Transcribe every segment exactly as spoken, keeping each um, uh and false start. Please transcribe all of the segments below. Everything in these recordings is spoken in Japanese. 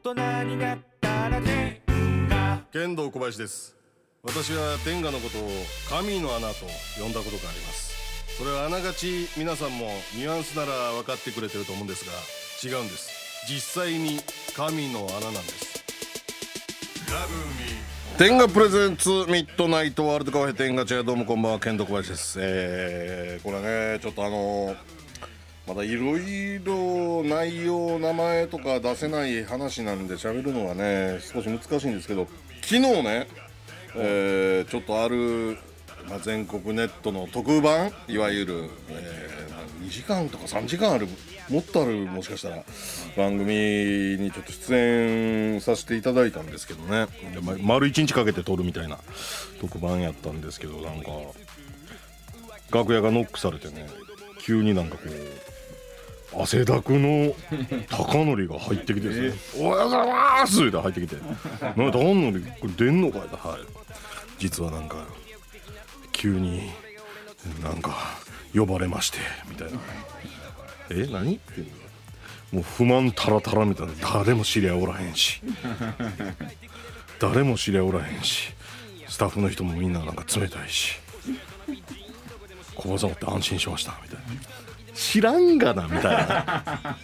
人になったら天下。 剣道小林です。私は天下のことを神の穴と呼んだことがあります。それはあながち皆さんもニュアンスなら分かってくれてると思うんですが、違うんです。実際に神の穴なんです。天下プレゼンツミッドナイトワールドカフェ天下茶屋、どうもこんばんは、剣道小林です。えー、これねちょっとあのまだいろいろ内容名前とか出せない話なんで喋るのはね少し難しいんですけど、昨日ね、えー、ちょっとある、まあ、全国ネットの特番、いわゆる、えー、にじかんとかさんじかんある、もっとある、もしかしたら番組にちょっと出演させていただいたんですけどね、ま、丸いちにちかけて撮るみたいな特番やったんですけど、なんか楽屋がノックされてね、急になんかこう汗だくの高則が入ってきてですね、おはようございますって入ってきて、なんか高則これ出んのかいと、はい、実はなんか急になんか呼ばれましてみたいな、え何ってもう不満タラタラみたいな、誰も知り合いおらへんし誰も知り合いおらへんし、スタッフの人もみんななんか冷たいし、小林さんって安心しましたみたいな、知らんがなみたいな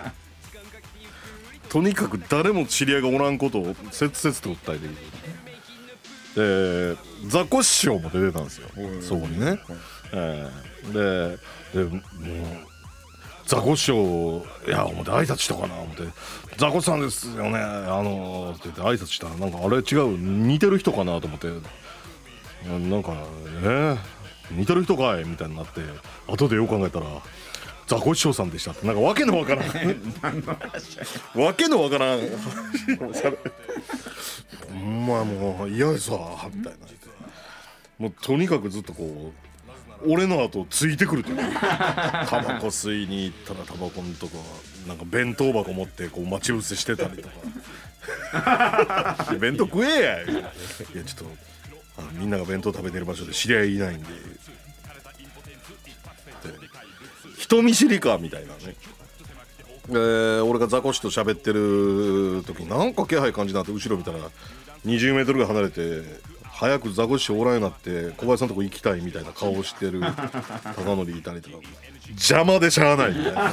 とにかく誰も知り合いがおらんことを切々と訴えている。でザコ師匠も出てたんですよ、そこにね、えー、で, でもうザコ師匠いや思って挨拶したかな思って、ザコさんですよねあのー、って言って挨拶したら、なんかあれ違う似てる人かなと思って、なんかえー、似てる人かいみたいになって、後でよく考えたらザコシショウさんでしたって、なんかわけのわからんわけのわからんほんまもう嫌でさみたいな、もうとにかくずっとこう俺の後ついてくるというタバコ吸いに行ったらタバコのとこなんか弁当箱持ってこう待ち伏せしてたりとか弁当食えやいやちょっとあのみんなが弁当食べてる場所で知り合いいないんで人見知りかみたいなね、えー、俺がザコシと喋ってる時なんか気配感じなって後ろ見たらにじゅうメートルぐらい離れて早くザコシおらんようになって小林さんのとこ行きたいみたいな顔してる高則いたりとか邪魔でしゃあないみたいな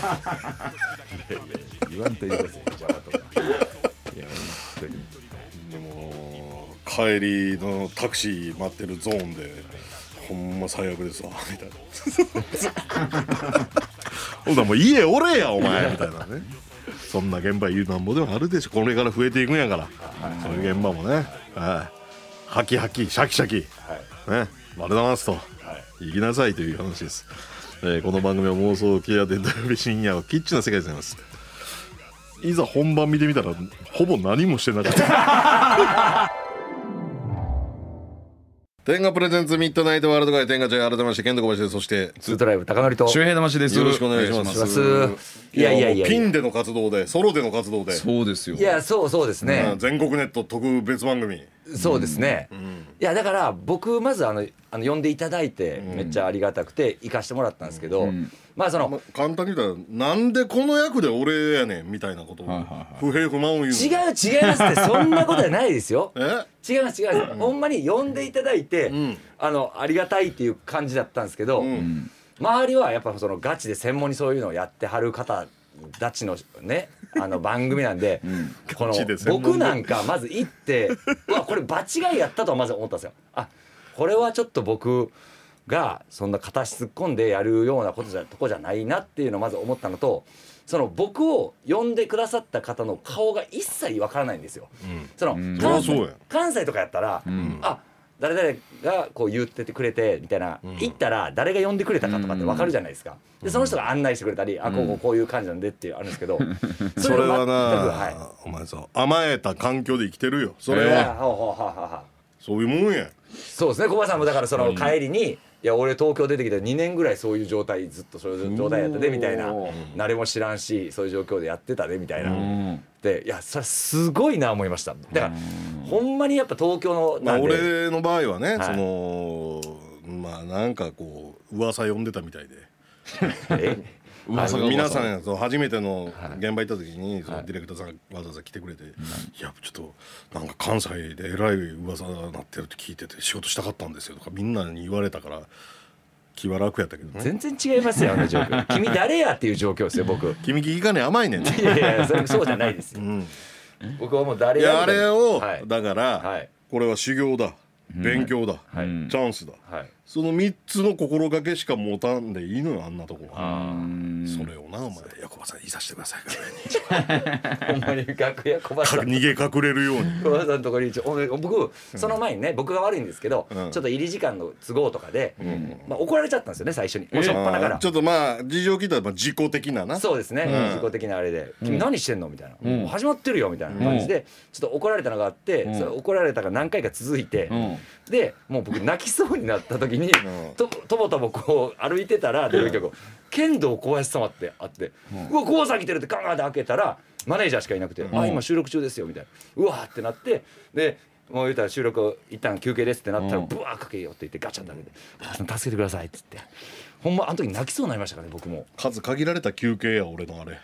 言わんといてください邪魔とかいや本当にでも帰りのタクシー待ってるゾーンでほんま最悪ですわみたいなほんなもう家おれやお前みたいなね、そんな現場言うなんぼでもあるでしょ、これから増えていくんやから、そういう現場もね、はい、ハキハキシャキシャキ、はい、ね、丸だますと、はい、行きなさいという話です。えー、この番組は妄想系やで土曜日深夜はキッチンな世界でございます。いざ本番見てみたらほぼ何もしてなかった天下プレゼンツミッドナイトワールドカイ天下茶屋、改めまして剣道小林です。そしてツートライブ高則と周平魂です。 よろしくお願いします。 いやいやいやピンでの活動でソロでの活動でそうですよ。 いやそうそうですね、 うん、全国ネット特別番組、 そうですね、うん、いやだから僕まずあのあの呼んでいただいてめっちゃありがたくて行かしてもらったんですけど、うん、まあその、ま、 簡単に言ったらなんでこの役で俺やねんみたいなことを、はいはいはい、不平不満を言う。 違う違いますってそんなことはないですよえ違います違います、うん、ほんまに呼んでいただいて、うん、あのありがたいっていう感じだったんですけど、うん、周りはやっぱそのガチで専門にそういうのをやってはる方たちのねあの番組なんで、うん、この僕なんかまず行ってうわこれ場違いやったとはまず思ったんですよ。あこれはちょっと僕がそんな片足突っ込んでやるようなことじゃとこじゃないなっていうのをまず思ったのと、その僕を呼んでくださった方の顔が一切わからないんですよ、うん、その、うん、関西、関西とかやったら、うん、あ誰々がこう言っててくれてみたいな、うん、行ったら誰が呼んでくれたかとかって分かるじゃないですか。でその人が案内してくれたり、うん、あこうこうこういう感じなんでっていうあるんですけど、 それはな、はい、お前さ甘えた環境で生きてるよそれは、えー、ほうほうほうほうそういうもんや。 そうですね、小林さんもだからその帰りに、うん、いや俺東京出てきてにねんぐらいそういう状態ずっとそういう状態やったでみたいな、誰も知らんしそういう状況でやってたでみたいな、でいやそれすごいな思いました。だからほんまにやっぱ東京のまあ俺の場合はね、はい、そのまあなんかこう噂呼んでたみたいでえ噂が皆さんそう初めての現場行った時にそのディレクターさんがわざわざ来てくれて、いやちょっとなんか関西でえらい噂になってるって聞いてて仕事したかったんですよとかみんなに言われたから気は楽やったけどね。 全然違いますよあの状況。君誰やっていう状況ですよ僕。 君聞かね甘いねんね。 いやいやそれそうじゃないですよ、 うん、 僕はもう誰いややあれを、 はい、 だから、はい、これは修行だ勉強だ、 はい、 チャンスだ、はい、そのみっつの心がけしか持たんでいいのよあんなとこは。それをなお前横場さん言いさせてくださいからほんまに楽屋小林さん逃げ隠れるように小林さんのところに僕その前にね僕が悪いんですけど、うん、ちょっと入り時間の都合とかで、うんまあ、怒られちゃったんですよね最初にもうしょっぱなから。 ちょっとまあ事情聞いたら自己的なな。 そうですね、うん、自己的なあれで、うん、君何してんのみたいな、うん、もう始まってるよみたいな感じでちょっと怒られたのがあって、うん、それ怒られたが何回か続いて、うん、でもう僕泣きそうになった時に、うん、と, とぼとぼこう歩いてたら出る曲剣道小林様ってあって、うん、うわ小林さん来てるってガンガンって開けたらマネージャーしかいなくて、うん、あ今収録中ですよみたいなうわーってなってでもう言ったら収録一旦休憩ですってなったら、うん、ブワーかけようって言ってガチャンだけで助けてくださいって言ってほんまあの時泣きそうになりましたからね僕も。 数限られた休憩や俺のあれ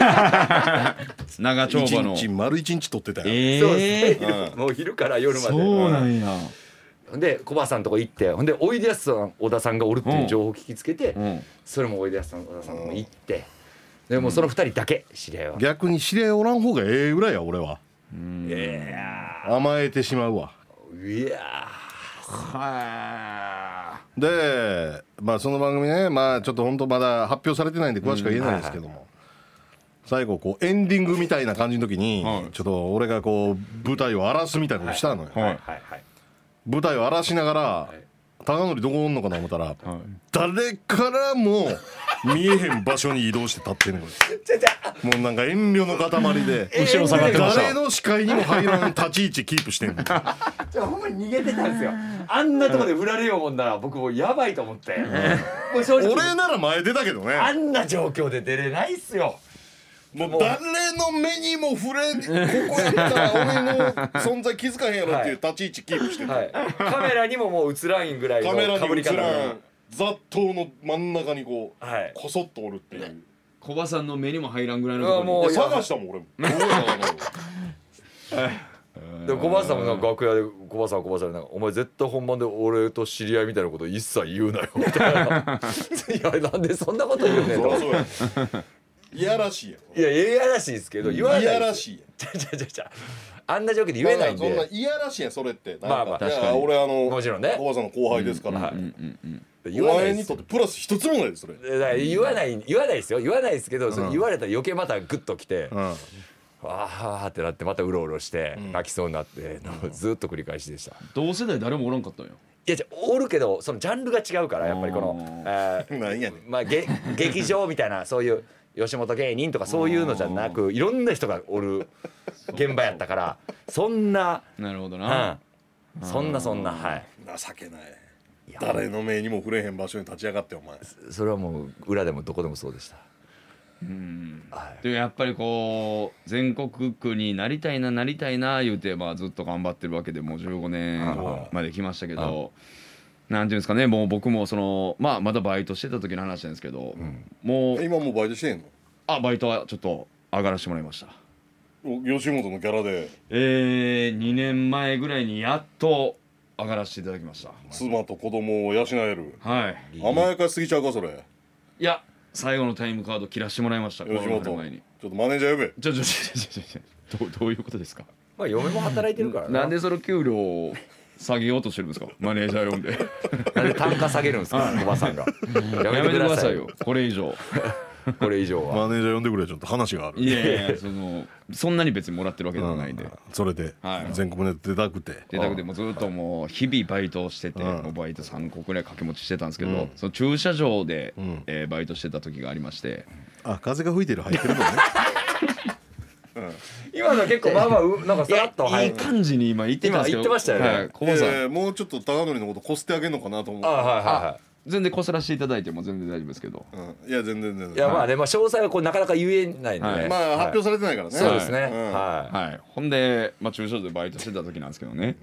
長丁場の一日丸一日取ってたよ、 えー、そうですね、うん、もう昼から夜まで。 そうなんや。 で小林さんのとこ行ってほんでおいでやすさん小田さんがおるっていう情報を聞きつけて、うん、それもおいでやすさん小田さんも行って、うん、でもうそのふたりだけ知り合いは逆に知り合いおらん方がええぐらいや俺は。うん、いや甘えてしまうわ。いやはでまあその番組ねまあちょっと本当まだ発表されてないんで詳しくは言えないんですけども、うんはいはい、最後こうエンディングみたいな感じの時に、はい、ちょっと俺がこう舞台を荒らすみたいなことしたのよ、はいはいはいはい、舞台を荒らしながら、はい、高則どこおんのかな思ったら、はい、誰からも見えへん場所に移動して立ってんねんこれもうなんか遠慮の塊で後ろ下がってました。 誰の視界にも入らん立ち位置キープしてんのじゃあほんまに逃げてたんですよ。あんなとこで振られようもんなら僕もうやばいと思って、もう正直俺なら前出たけどねあんな状況で出れないっすよ。 もう誰の目にも触れここやったら俺の存在気づかへんやろっていう立ち位置キープしてる、はい、 カメラにももう映らんぐらいのカメラに映らん雑踏の真ん中にこう、はい、こそっとおるっていう、 小葉さんの目にも入らんぐらいのところに探したもん俺もどうやで小林さんもなんか楽屋で小林さんは小林さんでなんかお前絶対本番で俺と知り合いみたいなこと一切言うなよみたいないやなんでそんなこと言うねんといやらしいやいやいやらしいですけど言わないいやらしいちゃちゃちゃちゃあんな状況で言えないんでそんないやらしいやんそれってまあまあ確かに俺あのもちろんね小林さんの後輩ですから、うんはいうんうん言わないお前にとってプラス一つもないですそれだから言わない言わないですよ言わないですけど、うん、それ言われたら余計またグッときて、うん、あーってなってまたうろうろして、うん、泣きそうになって、うん、ずっと繰り返しでした。 同世代誰もおらんかったんよ。 いやおるけどそのジャンルが違うからやっぱりこの、えー何やねんまあ、げ劇場みたいなそういう吉本芸人とかそういうのじゃなくいろんな人がおる現場やったからそんななるほどな、 うん、そんなそんなはい情けない誰の目にも触れへん場所に立ち上がってお前それはもう裏でもどこでもそうでした。 うんはい、でやっぱりこう全国区になりたいななりたいな言うて、まあ、ずっと頑張ってるわけでもうじゅうごねんまで来ましたけどなんていうんですかねもう僕もその、まあ、まだバイトしてた時の話なんですけど、うん、もう今もうバイトしてんの？ あバイトはちょっと上がらせてもらいました。 吉本のギャラでえー、にねんまえぐらいにやっと上がらせていただきました。 妻と子供を養えるはい甘やかしすぎちゃうかそれ。 いや最後のタイムカード切らしてもらいました。 吉本前にちょっとマネージャー呼べ。 ちょちょちょちょどうどういうことですか。 まあ嫁も働いてるからな。 なんでその給料を下げようとしてるんですかマネージャー呼んでなんで単価下げるんですかおばさんがやめてくださいよこれ以上これ以上はマネージャー呼んでくれちょっと話がある。 いやいやそのそんなに別にもらってるわけではないんで、うん、 それで、はい、全国ネット出たくて出たくてもうずっともう日々バイトをしてて、うん、もうバイトさんこくらい掛け持ちしてたんですけど、うん、その駐車場で、うんえー、バイトしてた時がありまして、 あ風が吹いてる入ってるのねうん、今の結構まあまあなんかさらっといい感じに今言ってたんですけど今言ってましたよね、 はい小林さん、 えー、もうちょっと高則のことこすってあげるのかなと思って。あ、 はいはいはい、 全然こすらせていただいても全然大丈夫ですけど、 うん、いや全然全然いやまあね、まあ、詳細はこうなかなか言えないんで、ねはい、 まあ発表されてないからね、 はい、そうですね、はい、 はいはい、ほんで、まあ、駐車場でバイトしてた時なんですけどね、うん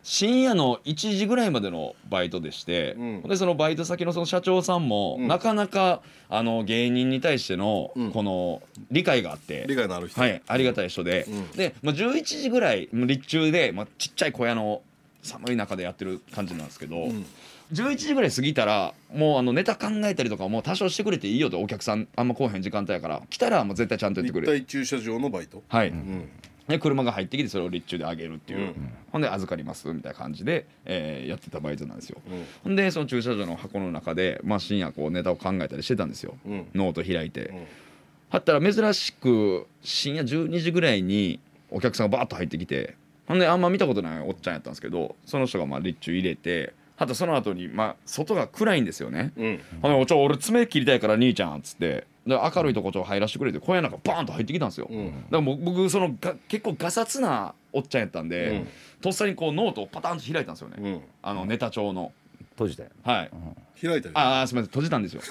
深夜のいちじぐらいまでのバイトでして、うん、でそのバイト先のその社長さんも、うん、なかなかあの芸人に対してのこの理解があって、うん、 理解のある人、 はい、ありがたい人で、うん、で、まあ、じゅういちじぐらい立中で、まあ、ちっちゃい小屋の寒い中でやってる感じなんですけど、うん、じゅういちじぐらい過ぎたらもうあのネタ考えたりとかもう多少してくれていいよと、お客さんあんま来おへん時間帯やから来たらもう絶対ちゃんとやってくれ。 立体駐車場のバイト、 はい、 うん、 で車が入ってきてそれを立中であげるっていう、うん、ほんで預かりますみたいな感じで、えー、やってたバイトなんですよ、うん、ほんでその駐車場の箱の中で、まあ、深夜こうネタを考えたりしてたんですよ、うん、ノート開いて、うん、はったら珍しく深夜じゅうにじぐらいにお客さんがバーッと入ってきて、ほんであんま見たことないおっちゃんやったんですけど、その人がまあ立中入れて、はたその後にまあ外が暗いんですよね、うん、ほんでおちょ俺爪切りたいから兄ちゃんっつってで明るいとこちょ入らせてくれて小屋なんかバーンと入ってきたんですよ、うん、だからもう僕そのが結構ガサツなおっちゃんやったんで、うん、とっさにこうノートをパタンと開いたんですよね、うん、あのネタ帳の閉じたよ、 はい、うん、 開いたよ、 ああすみません閉じたんですよ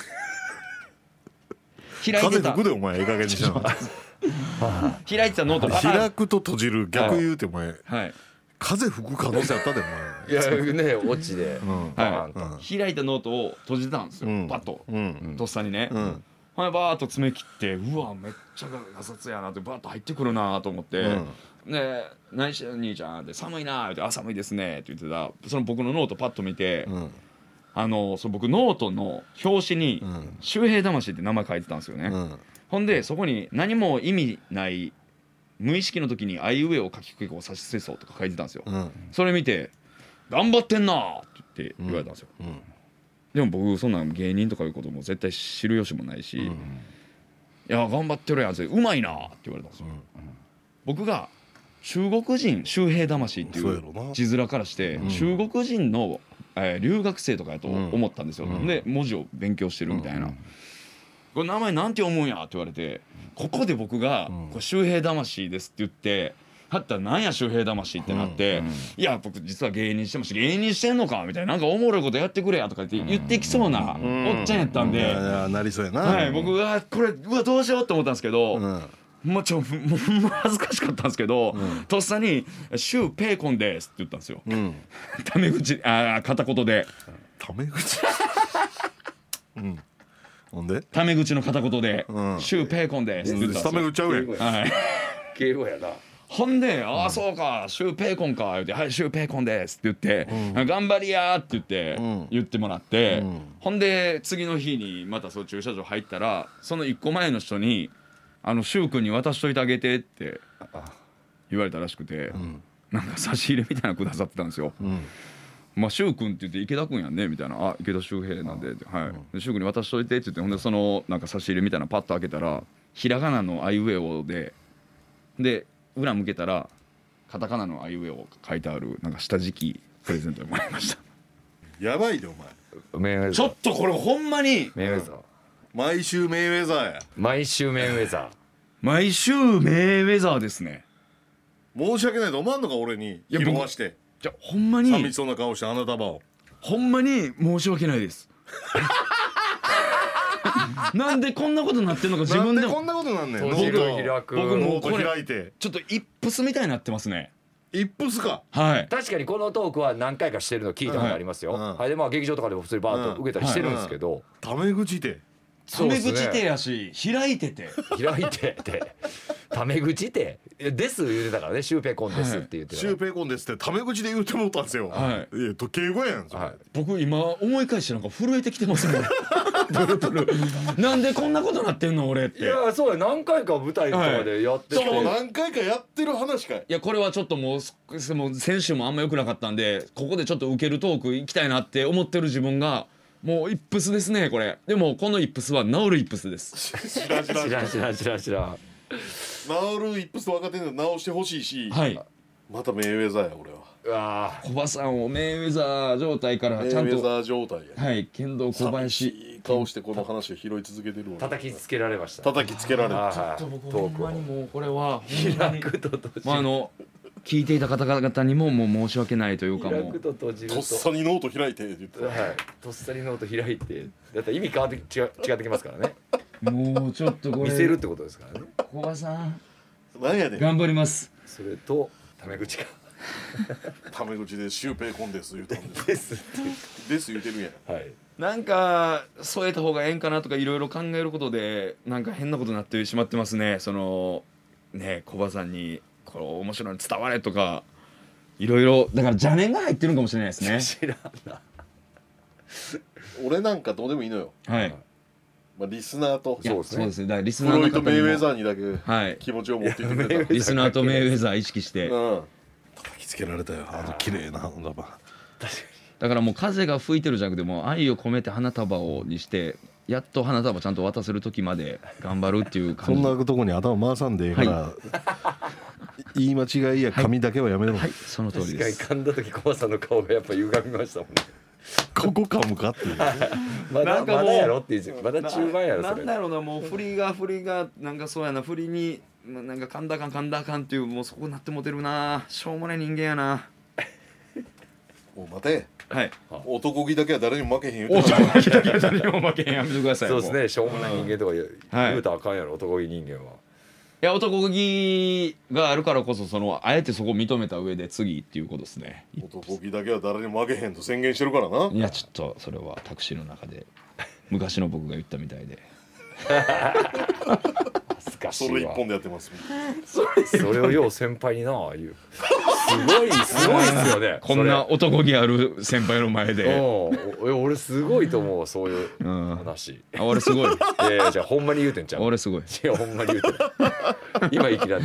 開いてた風吹くでお前ええ加減にしろ開いてたノート開くと閉じる逆言うてお前、 はい、 風吹く可能性あったでお前いやね落ちで、うんはい、開いたノートを閉じてたんですよ、うん、バッと、うん、とっさにね、うん、ほんでバーッと爪切って、うわめっちゃガサツやなってバーッと入ってくるなと思って、うん、で何してん兄ちゃんって寒いなって、あ寒いですねって言ってたその僕のノートパッと見て、うん、あのその僕ノートの表紙に周平魂って名前書いてたんですよね、うん、ほんでそこに何も意味ない無意識の時にあいうえを書きくけを差しせそうとか書いてたんですよ、うん、それ見て頑張ってんなって言われたんですよ、うんうん、でも僕そんな芸人とかいうことも絶対知る由もないし、うん、いや頑張ってるやつうまいなって言われたんですよ、うん、僕が中国人周平魂っていう字面からして、うん、中国人の、えー、留学生とかやと思ったんですよ、うん、で文字を勉強してるみたいな、うん、これ名前なんて読むんやって言われて、ここで僕が、うん、これ周平魂ですって言ってはったらなんや周平魂ってなって、うんうん、いや僕実は芸人してますし芸人してんのかみたいな、なんかおもろいことやってくれやとかって言ってきそうなおっちゃんやったんで、うんうん、いやなりそうやな、 はい、僕がこれうわどうしようって思ったんですけど、うん、もうちょもう恥ずかしかったんですけど、うん、とっさに周平魂ですって言ったんですよ、うん、タメ口あ片言でタメ口うんほんでタメ口の片言で周平魂ですって言ったんですよ。 タメ口ちゃうやん、 はい、 敬語やな。 ほんで、ああそうか、周平魂か言って、はい周平魂ですって言って、うん、頑張りやって言って、うん、言ってもらって、うん、ほんで次の日にまたその駐車場入ったら、そのいっこまえの人にあの周君に渡しといてあげてって言われたらしくて、うん、なんか差し入れみたいなのくださってたんですよ、うん、まあ周君って言って池田君やんねみたいな、あ池田周平なんで、はいで周君に渡しといてって言って、ほんでそのなんか差し入れみたいなのパッと開けたらひらがなのあいうえおでで裏向けたらカタカナのあいうえお書いてあるなんか下敷きプレゼントでもらいましたやばいでお前ちょっとこれほんまにメイウェザー毎週メイウェザーや毎週メイウェザー毎週メイウェザーですね。 申し訳ないと思わんのか俺に拾わしてじゃほんまに寂しそうな顔してあなたばをほんまに申し訳ないですなんでこんなことになってんのか自分でもなんでこんなことなんねんノート開く僕もうこれ開いてちょっとイップスみたいになってますね。 イップスかはい確かにこのトークは何回かしてるの聞いたことありますよ、うんはい、でまあ劇場とかでも普通にバーッと受けたりしてるんですけど、うんはい、 タメ口でタメ口手やし開いてて開いててタメ口手です言うてたからねシュウペイコンですって言ってた、 シュウペイコンですってタメ口で言うてもったんですよ、はい、いや敬語やん、はい、 僕今思い返してなんか震えてきてますもんブルブルなんでこんなことなってんの俺って。 いやそうや何回か舞台とかでやってて、 はい、しかも何回かやってる話かい。 いやこれはちょっともうもう先週もあんま良くなかったんでここでちょっと受けるトーク行きたいなって思ってる自分がもうイップスですねこれ。でもこのイップスは治るイップスです。 知らん知らん知らん知らん知らん知らん。 治るイップス分かってんの直してほしいし、 はい、 またメイウェザーや俺は。 うわ小葉さんをメイウェザー状態からちゃんとメイウェザー状態や、 はい剣道小林いい顔してこの話を拾い続けてるわ。 叩きつけられました。 叩きつけられる。 ちょっと僕ほんまにもうこれは開くと閉じる、 まあ、あの聞いていた方々にももう申し訳ないというかもう開くと閉じるととっさにノート開いてって言って、 はい、とっさにノート開いてだって意味変わって違う違ってきますからね。 もうちょっとこれ見せるってことですからね。 小葉さん何やねん頑張ります。 それとタメ口がタメ口でシュウペイコンです言うたんですですってです言うてるやん。 はいなんか添えた方がええんかなとかいろいろ考えることでなんか変なことになってしまってますね。そのね小葉さんにこれ面白いの伝われとかいろいろだから邪念が入ってるかもしれないですね。 知らんな俺なんかどうでもいいのよ、 はいまあ、リスナーといやそうですねそうですね。だからリスフナーのロイト・メイウェ方にもザーにだけはい気持ちを持っていってくれた、 リスナーとメイウェザー意識してうん叩きつけられたよあの綺麗な花束。 だからもう風が吹いてるじゃなくてもう愛を込めて花束をにしてやっと花束ちゃんと渡せる時まで頑張るっていうそ感じ。 んなとこに頭回さんでええから、言い間違いや紙だけはやめろ、 はいその通り確です。 かに噛んだ時コバさんの顔がやっぱ歪みましたもんねここ噛むかっていうまだなんかもうまだやろっていうまだ中盤やろそれなんだろうなもう振りが振りがなんかそうやな振りにななんか噛んだかん噛んだかんっていうもうそこになってもてるなしょうもない人間やな。 お待てはい男気だけは誰にも負けへん言うおちょてた負けたけど誰にも負けへんやめてください。 そうですもうねしょうもない人間とか言うはい言うたらあかんやろ男気人間は。 いや男気があるからこそそのあえてそこを認めた上で次っていうことですね。 男気だけは誰にも負けへんと宣言してるからないやちょっとそれはタクシーの中で昔の僕が言ったみたいで恥ずかしいわそれ一本でやってますそれをよう先輩になあ言うすごいすごいっすよねこんな男気ある先輩の前それで、 うんお俺すごいと思うそういううん、 話あ俺すごいいやいやじゃあほんまに言うてんちゃう俺すごいいやほんまに言うてない今生きらんで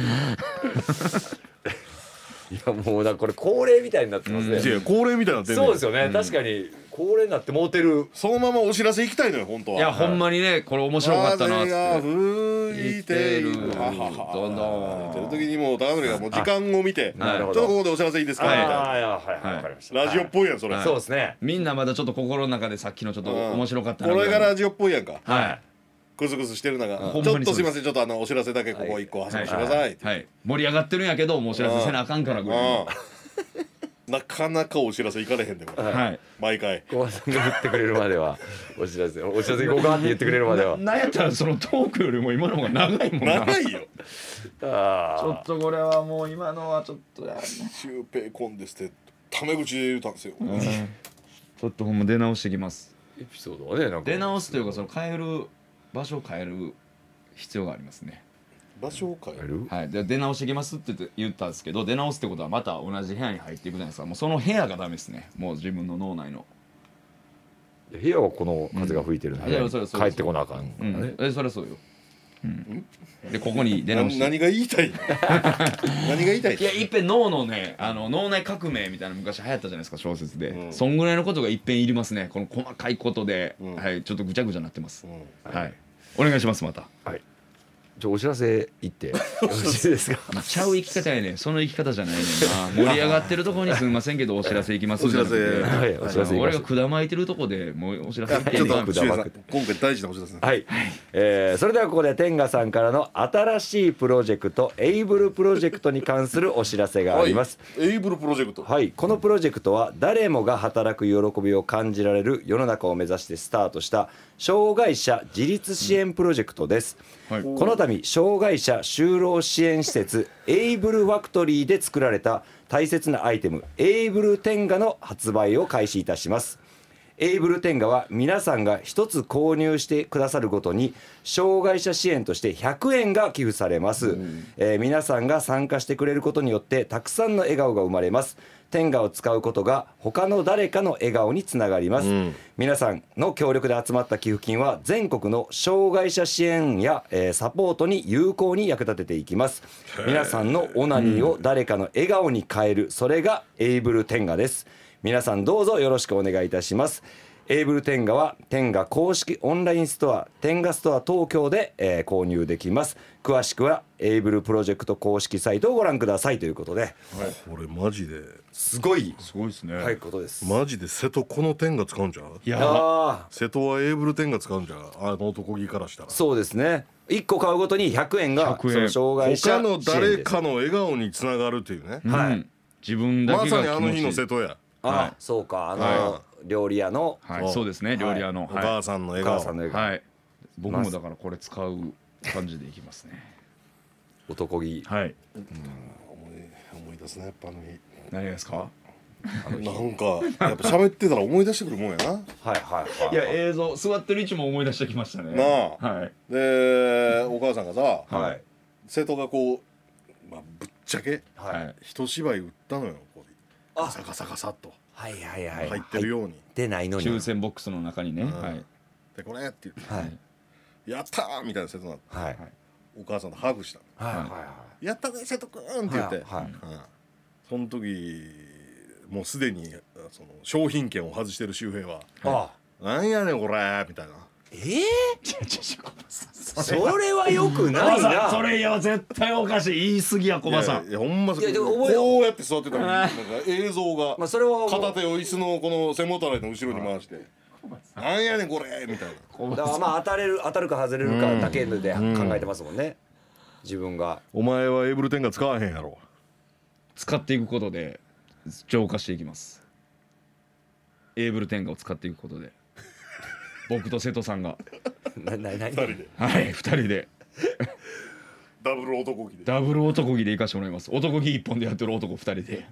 いやもうだからこれ恒例みたいになってますね、 いや恒例みたいになってんねんそうですよね、確かに恒例になってもうてるそのままお知らせ行きたいのよ本当はいやほんまにねこれ面白かったなっつ風がって吹いている吹いてるはははどんどんという時にもう高典がもう時間を見てちょなるほどっとここでお知らせいいですかみたいなああいやはいはいわかりましたラジオっぽいやんそれ、 はいそうですねみんなまだちょっと心の中でさっきのちょっと面白かったなこれがらラジオっぽいやんかはいクスクスしてる中うんちょっとすいませんちょっとあのお知らせだけここ一個挟ませてください、 はい盛り上がってるんやけどもうお知らせせなあかんからぐらいのうんなかなかお知らせ行かれへんでこれはい毎回小林さんが言ってくれるまではお知らせお知らせ行こうかって言ってくれるまではななんやったらそのトークよりも今の方が長いもんな長いよあちょっとこれはもう今のはちょっとやなシュウペイコンですってタメ口で言うたんですよ、 うんちょっとほんま出直してきますエピソードはねなんか出直すというかその変える場所を変える必要がありますね。 場所を変えるやるはい、で出直してきますって言って言ったんですけど出直すってことはまた同じ部屋に入っていくじゃないですか。もうその部屋がダメですね。もう自分の脳内の、 部屋はこの風が吹いてるんうんでいやそうそう帰ってこなあかんうんからねえそりゃそうよ、うん、でここに出な直して何が言いたい何が言いたいいやいっぺん脳のねあの脳内革命みたいなの昔流行ったじゃないですか小説で、 うんそんぐらいのことがいっぺんいりますね。この細かいことで、 うんはい、ちょっとぐちゃぐちゃになってます、 うんはいお願いしますまた。 はいじゃあお知らせ行ってよろしいですかちゃう生き方やねんその生き方じゃないねんな盛り上がってるところにすみませんけどお知らせ行きますじゃなくてお知らせはいお知らせ行きます俺が管巻いてるとこでもうお知らせ行ってちょっとくだまくシュウさん今回大事なお知らせですねはい、えーそれではここで天賀さんからの新しいプロジェクトエイブルプロジェクトに関するお知らせがあります。 はい、エイブルプロジェクト、 はい、このプロジェクトは誰もが働く喜びを感じられる世の中を目指してスタートした障害者自立支援プロジェクトです、 はいこの度障害者就労支援施設エイブルファクトリーで作られた大切なアイテムエイブル天賀の発売を開始いたします。エイブル天賀は皆さんが一つ購入してくださるごとに障害者支援としてひゃくえんが寄付されます、えー皆さんが参加してくれることによってたくさんの笑顔が生まれます。天賀を使うことが他の誰かの笑顔につながります、皆さんの協力で集まった寄付金は全国の障害者支援や、えーサポートに有効に役立てていきます。皆さんのオナニーを誰かの笑顔に変える、それがエイブル天賀です。皆さんどうぞよろしくお願いいたします。エイブル天賀は天賀公式オンラインストア天賀ストア東京で、えー購入できます。詳しくはエイブルプロジェクト公式サイトをご覧くださいということで、 これマジですごいすごいですね、 はいことです。 マジで瀬戸この点が使うんじゃんいやあ瀬戸はエーブル点が使うんじゃんあの男気からしたらーそうですね。いっこ買うごとにひゃくえんがひゃくえんその障害者他の支援です誰かの笑顔につながるっていうねうんはい自分だまけが気持ちいいさにあの日の瀬戸やあ、 はいそうかあの、 は料理屋のはいそうですね料理屋の、 お母さんのお笑顔母さんの笑顔、 はい、はい、僕もだからこれ使う感じでいきますね男気はい思い思い出ですねやっぱあの日。 何がですか？ なんかやっぱ喋ってたら思い出してくるもんやな。 はいはいはいいや映像座ってる位置も思い出してきましたね。 なあ、 はい。 でお母さんがさ、 はい生徒がこう、まあ、ぶっちゃけはい一芝居打ったのよこうあガサガサガサっとはいはいはい入ってるように、 でないのに抽選ボックスの中にね。 うんはい。 でこれって言ってはい 「やったー!」みたいな生徒になってはいお母さんとハグしたの。 はいはいはやったね瀬戸くんって言って、 はいはいうんその時もうすでにその商品券を外してる周平はあ 「なんやねんこれ」みたいな。 えーそれはよくないなそれいや絶対おかしい言い過ぎや小葉さん。 いやいやほんまいやでもこ覚えうやって座ってたのになんか映像がまあそれは片手を椅子のこの背もたれの後ろに回して「なんやねんこれ」みたいな。 だからまあ当たれる当たるか外れるかだけで考えてますもんね自分がお前はエイブルテンが使わへんやろ。 使っていくことで浄化していきます。エーブルテンガを使っていくことで僕と瀬戸さんがななな二人ではいふたりでダブル男気でダブル男気で行かしてもらいます。男気一本でやってる男ふたりで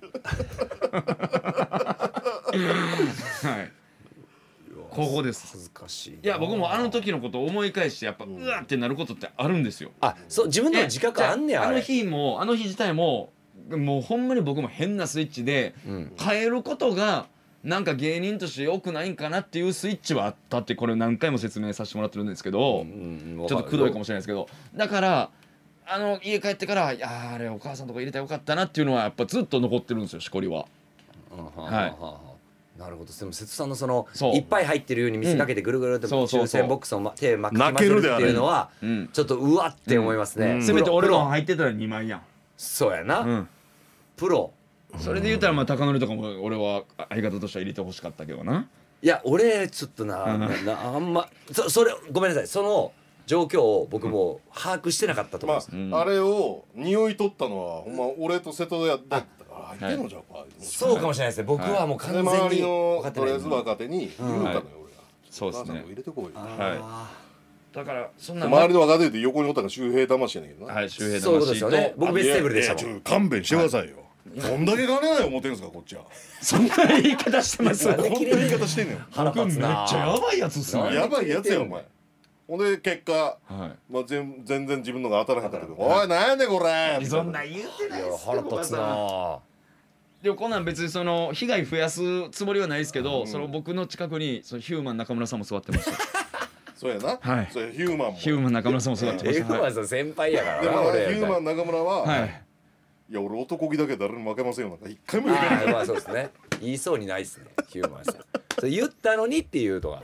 はいここです。 恥ずかしいないや僕もあの時のことを思い返してやっぱうわってなることってあるんですよ。 あそう自分でも自覚あんねやあのあれ日もあの日自体ももうほんまに僕も変なスイッチでうん変えることがなんか芸人として良くないんかなっていうスイッチはあったってこれ何回も説明させてもらってるんですけど、 うんちょっとくどいかもしれないですけどだからあの家帰ってからいやーあれお母さんとか入れたらよかったなっていうのはやっぱずっと残ってるんですよしこりは。 はいなるほどでも瀬戸さんのそのそういっぱい入ってるように見せかけてぐるぐるってそうそうそう抽選ボックスをま手巻きま泣ぜるってけるであれいうのはうんちょっとうわって思いますねせめて俺プロら入ってたらにまいやん。 そうやなうんプロそれで言ったらまあ高典とかも俺は相方としては入れてほしかったけどな。 いや俺ちょっとなななあんまそそれごめんなさいその状況を僕も把握してなかったと思まいます、 うんああれを匂い取ったのはほんま俺と瀬戸でやったからあ入ってんのじゃんか。 そうかもしれないですね僕はもう完で全に周りの分かってないとりあえず若手に言うたのよ俺が。 そうですねお母さんも入れてこいよ。 あだからそんな周りの若手って横におったから周平魂やねんけどな。 はい周平そういうことですよね魂と僕ベストテーブルでしたもんいやいやちょっと勘弁してくださいよ。どんだけ金ない思ってんすかこっちは。 そんな言い方してますなんでこんな言い方してんねん。 腹僕めっ立つなちゃやばいやつっすね。 やばいやつやお前。ほんで結果、 はいまあ、全全然自分のが当たらへんかったけど「おいなんやねんこれ!」 そんなん言うてないいやっす腹立つなでもこんなん別にその被害増やすつもりはないですけど、その僕の近くにそのヒューマン中村さんも座ってましたそうやな、 はいそうやヒューマンもヒューマン中村さんも座ってまエしたはいフマンさん先輩やからでもヒな俺ューマン中村は、 はいいや俺男気だけ誰にも負けませんよなんか一回も言えないあーまあそうですね言いそうにないですねヒューマンさんそれ言ったのにっていうとは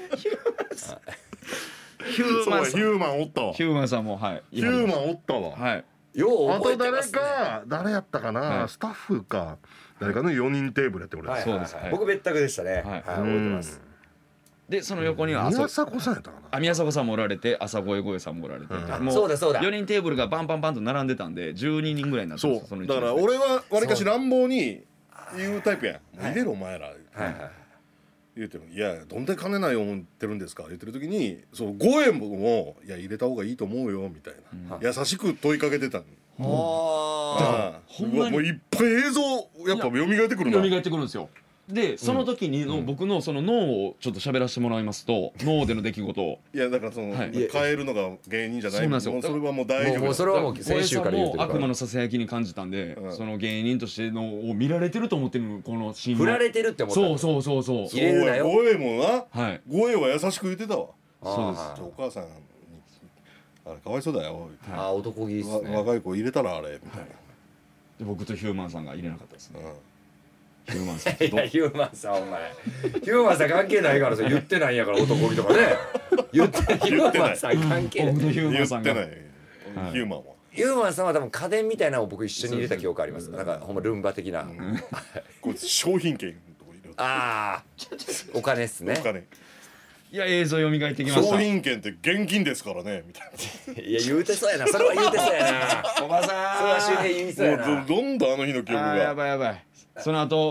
ヒューそうマンさんやヒューマンおったわヒヒューマンさんもはいューマンおったわ、 はいようあと誰覚えてますねか誰やったかな、 はいスタッフか誰かのよにんテーブルやって俺、 はいそうですはい僕別宅でしたねはいはい覚えてますでその横には宮朝迫さんやったかなあ宮迫さんもおられて朝声声さんもおられて、 うんもそうだそうだよにんテーブルがバンバンバンと並んでたんでじゅうににんぐらいになってそうますそのだから一日俺はわりかし乱暴に言うタイプやん「入れろお前ら」 はいはい言うても「いやどんだけ金ない思ってるんですか?」言ってる時にそうごえんも「いや入れた方がいいと思うよ」みたいな、優しく問いかけてたの。 あああほんまにうわもういっぱい映像やっぱ蘇ってくるな。 蘇ってくるんですよ。でその時にの、僕のその脳をちょっと喋らせてもらいますと脳での出来事をいやだからその、 はい変えるのが芸人じゃないそうなんですよもうそれはもう大丈夫もうもうそれはもう先週から言うてるから小江さんも悪魔のささやきに感じたんで、 うんその芸人としてのを見られてると思ってるこのシーン振られてるって思ったそうそうそうそう入れるなよごえもなはいごえは優しく言ってたわ。 そうですあーお母さんにあれかわいそうだよ、 あー男気いいっすわね若い子入れたらあれみたいで僕とヒューマンさんが入れなかったですねな、うんヒューマンさんいやヒューマンさんお前ヒューマンさん関係ないからさ言ってないんやから男気とかね言ってヒューマンさん関係ない僕とヒューマ言ンさんがってない、 はいヒューマンはヒューマンさんは多分家電みたいなのを僕一緒に入れた記憶ありますなんかほんまルンバ的なこいつ商品券のとこ入れるああお金っすねお金いや映像蘇ってきまし商た品券って現金ですからねみたいいや言うてそうやなそれは言うてそうやなおばさんそれは周平言いそうやなもうなどどんどんあの日の記憶あーやがばいやばいその後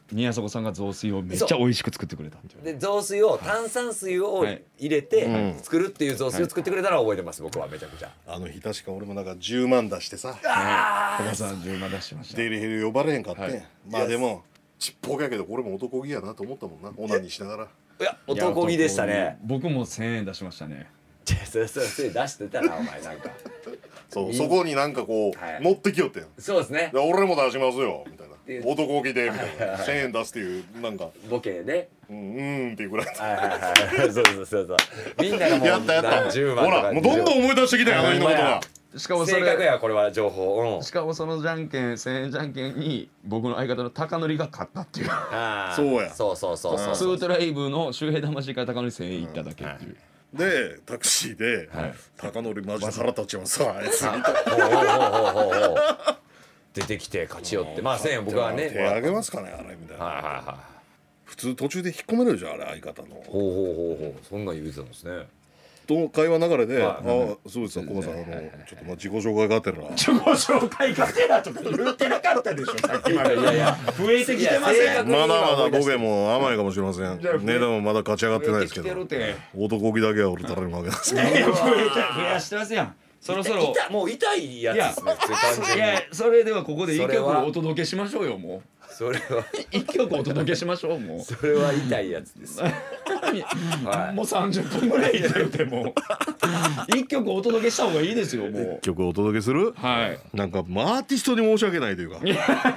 宮迫さんが雑炊をめっちゃ美味しく作ってくれたっていうで雑炊を炭酸水をはい入れてうん作るっていう雑炊を作ってくれたのは覚えてます僕はめちゃくちゃ。 あの日確か俺もなんかじゅうまん出してさ小林さんじゅうまん出してましたデリヘル呼ばれへんかって、 はいまあでもちっぽけやけどこれも男気やなと思ったもんなオナニーしながら。 いや男気でしたね。 僕もせんえん出しましたねじゃあそれそれそれ出してたなお前なんか。 そうそこになんかこう、 はい乗ってきよってん。 そうですねで俺も出しますよみたいでな男気でみたいなせんえん出すっていうなんかボケね。 うんうーんっていうぐらいはいはいはいそうそうそうそうみんながもうやったやったじゅうまんほとからもうどんどん思い出してきたよあの日のことが。 しかもそ正確れやこれは情報。うんしかもそのじゃんけんせんえんじゃんけんに僕の相方の高則が勝ったっていうあーそうやそうそうそうそうツートライブの周平魂から高則せんえんいっただけっていうでタクシーで、 はい高則マジで腹立ちますわあいつみたいなほうほうほうほうほうほう出てきて勝ち寄ってまあせんえん僕はね手あげますかねあれみたいな、 はいはいはい普通途中で引っ込めるじゃんあれ相方のほうほうほうほうそんなん言うてたんですね。 と会話流れで「 はいああそうですか小林さんあのちょっとまあ自己紹介がてら自己紹介がてらとか言ってなかったでしょさっきまでいやいや増えてきてませんいや正確まだまだボケも甘いかもしれませんじゃあ値段もまだ勝ち上がってないですけ増えどてきてるって男気だけは俺誰にもあげないですけど増えた増やしてますやんそろそろ痛もう痛いやつですね普通単純にいやそれではここで一曲それはお届けしましょうよもそれはう一曲お届けしましょうもうそれは痛いやつですはいもうさんじゅっぷんぐらい言っても一曲お届けした方がいいですよもう曲をお届けするはいなんかまあアーティストに申し訳ないというかわ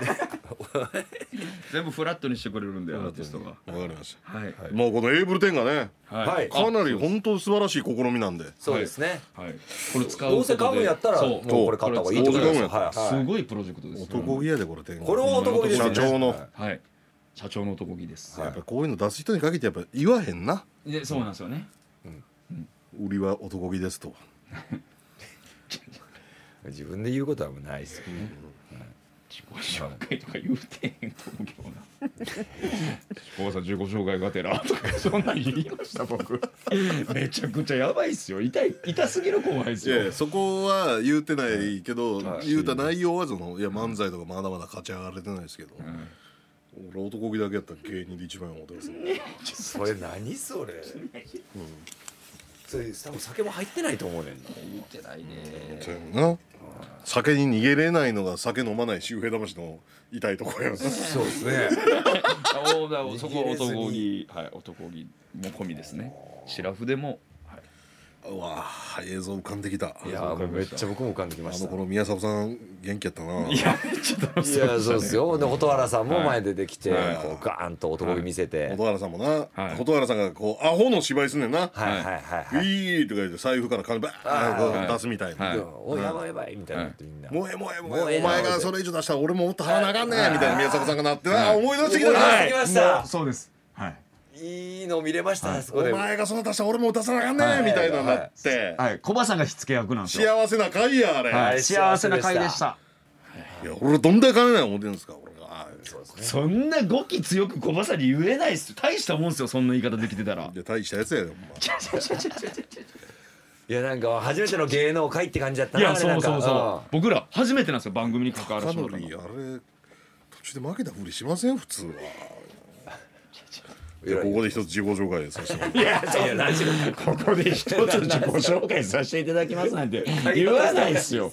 全部フラットにしてくれるんでアーティストがかりましたはいもうこのエイブルテンがねはいかなり本当素晴らしい試みなんでそうですねはいこれ使うどうせ買うんやったらそうもうこれ買った方がいいと思いますよはいはいすごいプロジェクトですよ男気やでこれ天これは男気ですよね社長のはいはい社長の男気ですやっぱこういうの出す人に限ってやっぱ言わへんなでそうなんですよね売りは男気ですと自分で言うことはもうないですよね自己紹介とか言うてへんと思うけどな小林さん自己紹介がてらとかそんなん言いました僕めちゃくちゃやばいっすよ痛い痛すぎる後輩っすよいやいやそこは言うてないけど、 はい言うた内容はそのいや漫才とかまだまだ勝ち上がれてないですけど、俺男気だけやったら芸人で一番思ってますねそれ何それそれ多分酒も入ってないと思うねんな言ってないねそうやな酒に逃げれないのが酒飲まない周平魂の痛いとこやそうですねおだそこ男気はい男気も込みですねシラフでもうわ映像浮かんできたいやもうめっちゃ僕も浮かんできましたあの頃宮迫さん元気やったないやめっちゃ楽しいそうやそうですよで蛍原さんも前出てきて、 はいこうガーンと男気見せて、 蛍原さんもな、 はい蛍原さんがこうアホの芝居すんねんな、 はいはいはいウはいィーとか言って財布から金バーンこう出すみたいな、 はいでもおいやばいやばいみたいになってみんな、 もうええもうええもうええもうええなお前がそれ以上出したら俺ももっと払わなあかんねんみたいな宮迫さんがなって、あ思い出してきた思い出な、 してきましたそうですはいいいの見れました、あそこおで前がその出したら俺も出さなあかんねんみたいなのなって、 はい小林さんが火付け役なんですよ幸せな会やあれ、 はいい幸せな回でしたいや俺どんだけ金ない思ってんですか俺がそうですねそんな語気強く小林さんに言えないっすよ大したもんっすよそんな言い方できてたらで大したやつやでほんまいやなんか初めての芸能界って感じだったいやなあれなんかそうそうそう僕ら初めてなんですよ番組に関わらかせてもらったのなりあれ途中で負けたふりしません普通はうんでここで一つ自己紹介させてもらっていやそんなここで一つ自己紹介させていただきますなんて言わないっすよ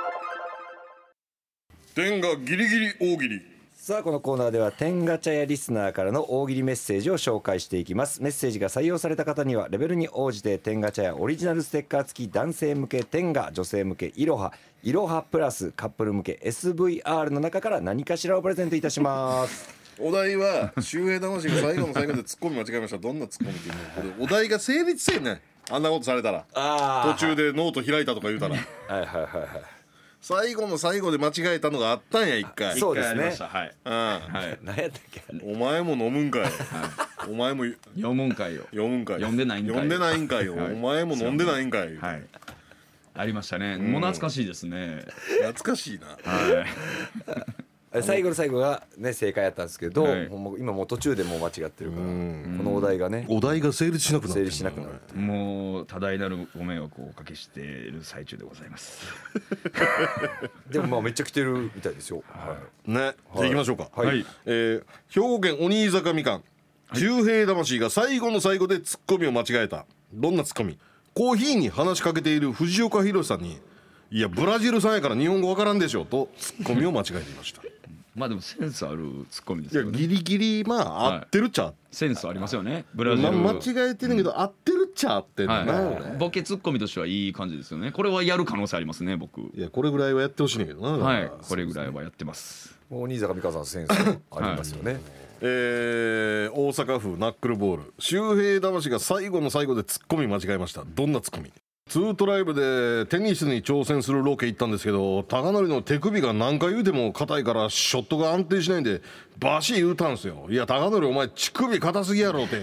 天がギリギリ大喜利さあこのコーナーでは天ガチャやリスナーからの大喜利メッセージを紹介していきます。メッセージが採用された方にはレベルに応じて天ガチャやオリジナルステッカー付き男性向け天ガ、女性向けいろはいろはプラスカップル向け エスブイアール の中から何かしらをプレゼントいたしますお題は周平魂が最後の最後でツッコミ間違えましたどんなツッコミっていうのこれお題が成立せえねんあんなことされたらあ途中でノート開いたとか言うたらはいはいはいはい最後の最後で間違えたのがあったんや一回そうですね一回ありましたはいうんはい何やったっけあれお前も飲むんかいお前も読むんかいよ読むんかい読んでないんかい読んでないんかいよはいお前も飲んでないんかいはいありましたねもう懐かしいですね懐かしいなはい最後の最後がね正解やったんですけど、 はいもう今もう途中でもう間違ってるから、 うんこのお題がねお題が成立しなくなって成る立しなくなる。 もう多大なるご迷惑をおかけしている最中でございますでもまあめっちゃ来てるみたいですよ。はね、じゃあ行きましょうか、 はいえー兵庫県鬼坂みかん周平魂が最後の最後でツッコミを間違えた。どんなツッコミ？コーヒーに話しかけている藤岡弘さんにいやブラジルさんやから日本語わからんでしょとツッコミを間違えていました。いまあでもセンスあるツッコミですやよね。 ギリギリまあはい合ってるっちゃ、 センスありますよね。ブラジル、 ま、間違えてるけど、合ってるっちゃ合ってるな、 はい、ボケツッコミとしてはいい感じですよね。これはやる可能性ありますね僕。 いやこれぐらいはやってほしいねんけどな。 はい、これぐらいはやってます。 い。もう新坂美香さんセンスありますよね。 えー大阪府ナックルボール周平魂が最後の最後でツッコミ間違えました。どんなツッコミ？ツートライブでテニスに挑戦するロケ行ったんですけど高則の手首が何回言うても硬いからショットが安定しないんでバシッ言うたんすよ。いや高則お前乳首硬すぎやろって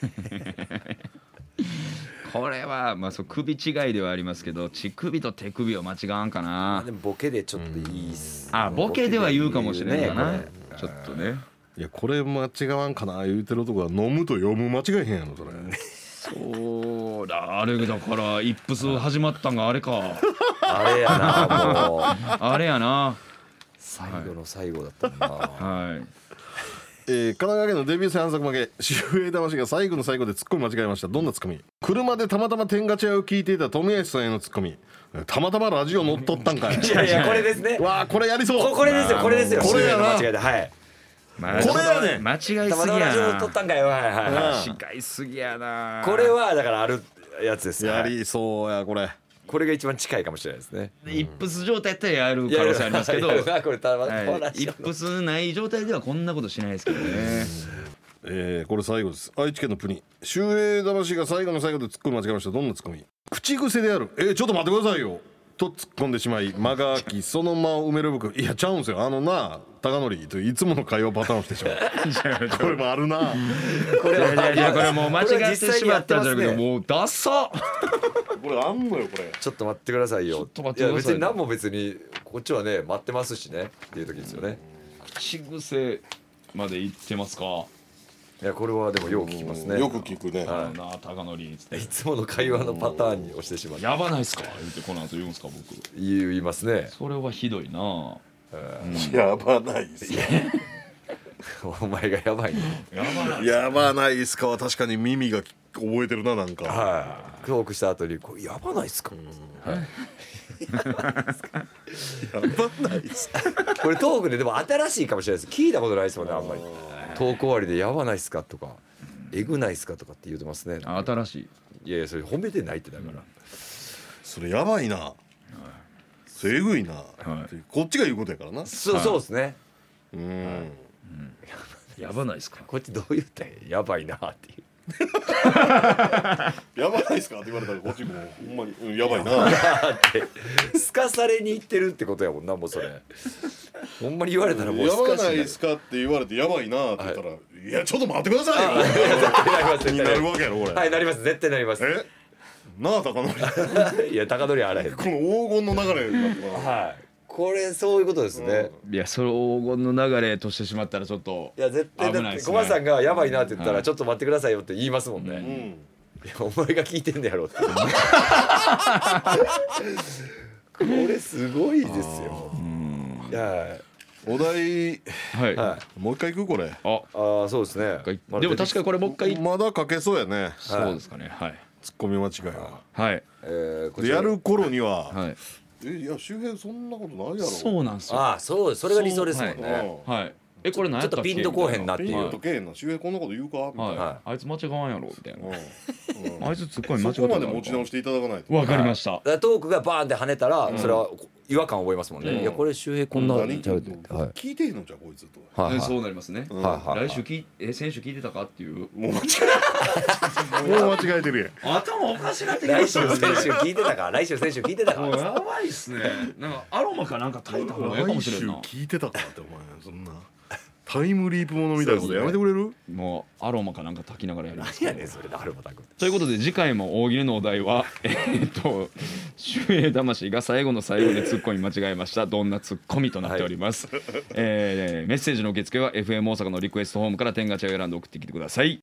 これはまあそう首違いではありますけど乳首と手首を間違わんかな。 でもボケでちょっといいっす。 あボケでは言うかもしれんかな、 ねちょっとね。 いやこれ間違わんかな言うてる男は飲むと読む間違えへんやろそれ。 そうだあれだからイップス始まったんがあれかあれやなもうあれやな。 最後の最後だったもんな。 はいえー、神奈川県のデビュー戦反則負け周平魂が最後の最後でツッコミ間違えました。どんなツッコミ？車でたまたま天ガチャを聞いていた富安さんへのツッコミ。たまたまラジオ乗っとったんかい。 いやいやこれですね。 わあこれやりそう。 ここれですよこれですよ。 これやな間違えたはい。 まあこれやねん間違いすぎやたまたまラジオ撮ったんかよはいはいはい。 間違いすぎやな。 これはだからあるやつです。 やはいりそうやこれ。 これが一番近いかもしれないですね。 イップス状態やったらやる可能性ありますけど、 やるなこれたまたまはいラジオイップスない状態ではこんなことしないですけどね。 えー、これ最後です。愛知県のプニ周平魂が最後の最後でツッコミ間違えました。どんなツッコミ？口癖であるえー、ちょっと待ってくださいよと突っ込んでしまい間が空きその間を埋める僕いやちゃうんすよあのな高則といつもの会話パターンをしてしまうこれもあるなこれいやいやいやこれもう間違ってしまったんじゃなくてこれは実際にやってますねもうダッサ。 これあんのよこれ。 ちょっと待ってくださいよ。 ちょっと待ってくださいや別に何も別にこっちはね待ってますしねっていう時ですよね。 口癖まで言ってますか。 いやこれはでもよく聞きますね。 よく聞くね。 あのな高則つっていつもの会話のパターンに押してしまう。 やばないっすか言ってこの後言うんすか僕。 言いますね。 それはひどいな。 やばないっすよ。 お前がやばいね。 やばない。 やばないっすかは確かに耳が覚えてるななんか。 はい。トークした後にこれやばないっすか。 やばないっすか。 これトークででも新しいかもしれないです。聞いたことないですもんねあんまり。トーク終わりでやばないっすかとかえぐないっすかとかって言うてますね。 新しい。 いやいやそれ褒めてないってだから。 それやばいな。それえぐいな。こっちが言うことやからな。 そうそうですね。 うん。 やばないっすか。 こっちどう言ったらええやばいなっていう。 やばないっすかって言われたらこっちもほんまに、うん、やばいな。 ってすかされに行ってるってことやもんなもうそれ。ほんまに言われたらもうやすかしばないっすかって言われてやばいなって言ったら、い、やちょっと待ってくださいよ。 絶対なりますになるわけやろこれ。 はいなります絶対なります。 えなあ高則。 いや高取あらへん。 この黄金の流れになってますはい。これそういうことですね。 いやそれ黄金の流れとしてしまったらちょっといや絶対だって危ないですね小松さんがやばいなって言ったはいらちょっと待ってくださいよって言いますもんうね。 ん。 いやお前が聞いてんねやろって。これすごいですよ。いやお題はい、 はもう一回行くこれ。 あああそうですね。 でも確かにこれもう一回まだ書けそうやね。 そうですかね。はいツッコミ間違いは。 はいえーこちらでやる頃には、 はい。 えいや周平そんなことないやろ。 そうなんですよ。 ああそうそれが理想ですもんそうね。 はい。えこれ何やったっけちょっとピンとこうへんなっていうピンとけえんな周平こんなこと言うかみたいな。 はい、 はあいつ間違わんやろみたいな、 うんうんあいつツッコミ間違ったそこまで持ち直していただかないと。 わかりました、 だからトークがバーンって跳ねたらそれは違和感覚えますもんね。いやこれ周平こんな何ちゃうって。はい聞いてへんのじゃこいつと。 えはいはいそうなりますね、 んはいはい来週きえ先週聞いてたかっていうもう間違えもう間違えてるやん。 頭おかしなってき来週先週聞いてたか来週先週聞いてたかもうやばいっすねなんかアロマかなんか炊いた方がいいかもしれんな来週聞いてたかってお前そんなタイムリープものみたいなことやめてくれる？ もうアロマかなんか炊きながらやりますいやねそれであるもたくということで次回も大喜利のお題はえーっと周平魂が最後の最後でツッコミ間違えましたどんなツッコミとなっております、はいえー、メッセージの受付は エフエム 大阪のリクエストホームから天ガチャを選んで送ってきてください。